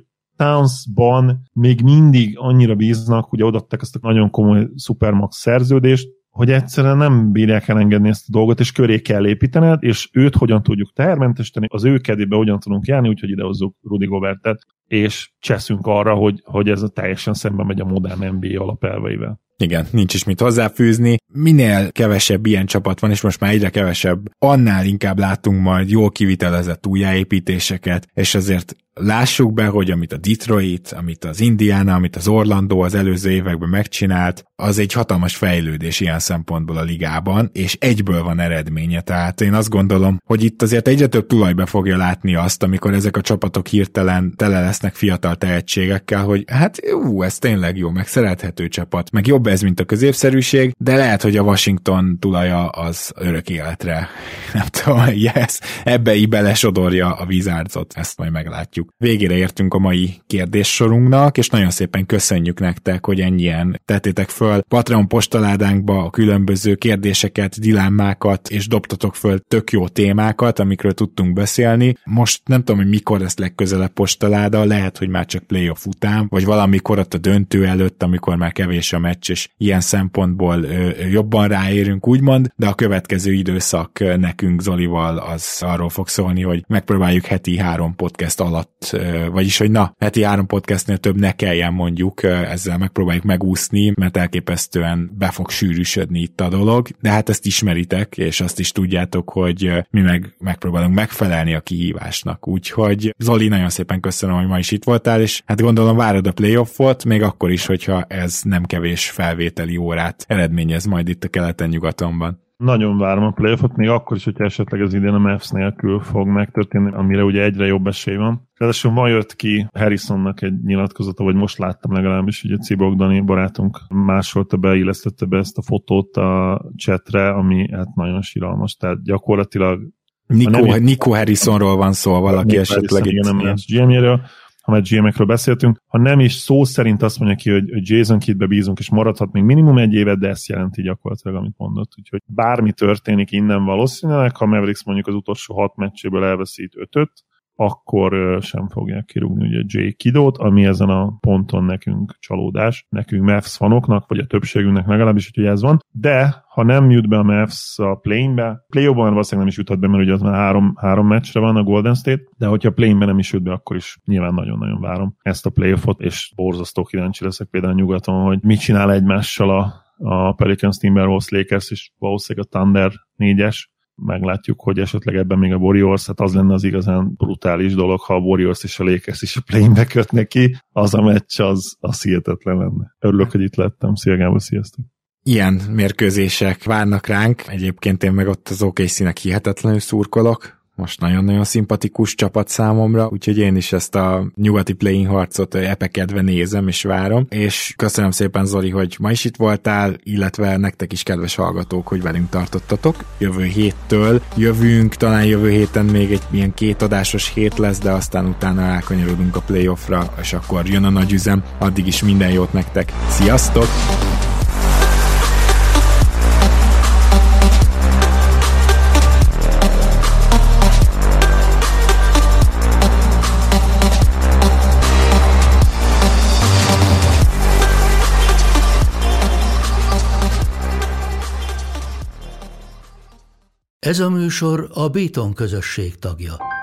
Townsban még mindig annyira bíznak, hogy odaadták ezt a nagyon komoly Supermax szerződést, hogy egyszerűen nem bírják elengedni ezt a dolgot, és köré kell építened, és őt hogyan tudjuk tehermentesíteni, az ő kedébe hogyan tudunk járni, úgyhogy idehozzuk Rudy Gobertet, és cseszünk arra, hogy, hogy ez a teljesen szemben megy a modern en bé á alapelveivel. Igen, nincs is mit hozzáfűzni. Minél kevesebb ilyen csapat van, és most már egyre kevesebb, annál inkább látunk majd jól kivitelezett újjáépítéseket, és azért lássuk be, hogy amit a Detroit, amit az Indiana, amit az Orlando az előző években megcsinált, az egy hatalmas fejlődés ilyen szempontból a ligában, és egyből van eredménye. Tehát én azt gondolom, hogy itt azért egyre több tulajba fogja látni azt, amikor ezek a csapatok hirtelen tele lesznek fiatal tehetségekkel, hogy hát ú, ez tényleg jó, meg szerethető csapat, meg jobb ez, mint a középszerűség, de lehet, hogy a Washington tulaja az örök életre. Nem tudom, yes, ebbe így belesodorja a Wizardsot, ezt majd meglátjuk. Végére értünk a mai kérdéssorunknak, és nagyon szépen köszönjük nektek, hogy ennyien tettétek föl Patreon postaládánkba a különböző kérdéseket, dilemmákat, és dobtatok föl tök jó témákat, amikről tudtunk beszélni. Most nem tudom, hogy mikor lesz legközelebb postaláda, lehet, hogy már csak playoff után, vagy valamikor ott a döntő előtt, amikor már kevés a meccs, és ilyen szempontból ö, jobban ráérünk, úgymond, de a következő időszak nekünk Zolival az arról fog szólni, hogy megpróbáljuk heti három podcast alatt, vagyis, hogy na, heti három podcastnél több ne kelljen mondjuk, ezzel megpróbáljuk megúszni, mert elképesztően be fog sűrűsödni itt a dolog, de hát ezt ismeritek, és azt is tudjátok, hogy mi meg megpróbálunk megfelelni a kihívásnak. Úgyhogy Zoli, nagyon szépen köszönöm, hogy ma is itt voltál, és hát gondolom várod a playoffot, még akkor is, hogyha ez nem kevés felvételi órát eredményez majd itt a keleten-nyugatonban. Nagyon várom a playoffot, még akkor is, hogyha esetleg az idén a Mavs nélkül fog megtörténni, amire ugye egyre jobb esély van. Ráadásul ma jött ki Harrisonnak egy nyilatkozata, vagy most láttam legalábbis, ugye Cibok Dani barátunk másolta be, illesztette be ezt a fotót a chatre, ami hát nagyon siralmas, tehát gyakorlatilag... Nico, nem, Nico Harrisonról van szó, valaki esetleg... Igen, nem lesz gé em-jéről. ha már gé em-ekről beszéltünk, ha nem is szó szerint azt mondja ki, hogy Jason Kiddbe bízunk, és maradhat még minimum egy évet, de ezt jelenti gyakorlatilag, amit mondott. Úgyhogy bármi történik innen valószínűleg, ha Mavericks mondjuk az utolsó hat meccséből elveszít ötöt, akkor sem fogják kirúgni ugye Jay Kiddot, ami ezen a ponton nekünk csalódás, nekünk Mavs fanoknak, vagy a többségünknek legalábbis, hogy ez van, de ha nem jut be a Mavs a play-inbe, play-offban valószínűleg nem is juthat be, mert ugye az már három, három meccsre van a Golden State, de hogyha a play-inbe nem is jut be, akkor is nyilván nagyon-nagyon várom ezt a play-offot, és borzasztó kíváncsi leszek például nyugaton, hogy mit csinál egymással a, a Pelicans, Timberwolves, Lakers, és valószínűleg a Thunder négyes, meglátjuk, hogy esetleg ebben még a Warriors, hát az lenne az igazán brutális dolog, ha a Warriors és a Lakers is a play-inbe kötnek ki, az a meccs az, az hihetetlen lenne. Örülök, hogy itt lettem. Szia Gábor, sziasztok! Ilyen mérkőzések várnak ránk, egyébként én meg ott az o ká cé-nek hihetetlenül szurkolok, most nagyon-nagyon szimpatikus csapat számomra, úgyhogy én is ezt a nyugati play-in harcot epekedve nézem és várom, és köszönöm szépen Zoli, hogy ma is itt voltál, illetve nektek is kedves hallgatók, hogy velünk tartottatok. Jövő héttől jövünk, talán jövő héten még egy ilyen kétadásos hét lesz, de aztán utána elkanyarodunk a playoffra, és akkor jön a nagy üzem. Addig is minden jót nektek. Sziasztok! Ez a műsor a Béton közösség tagja.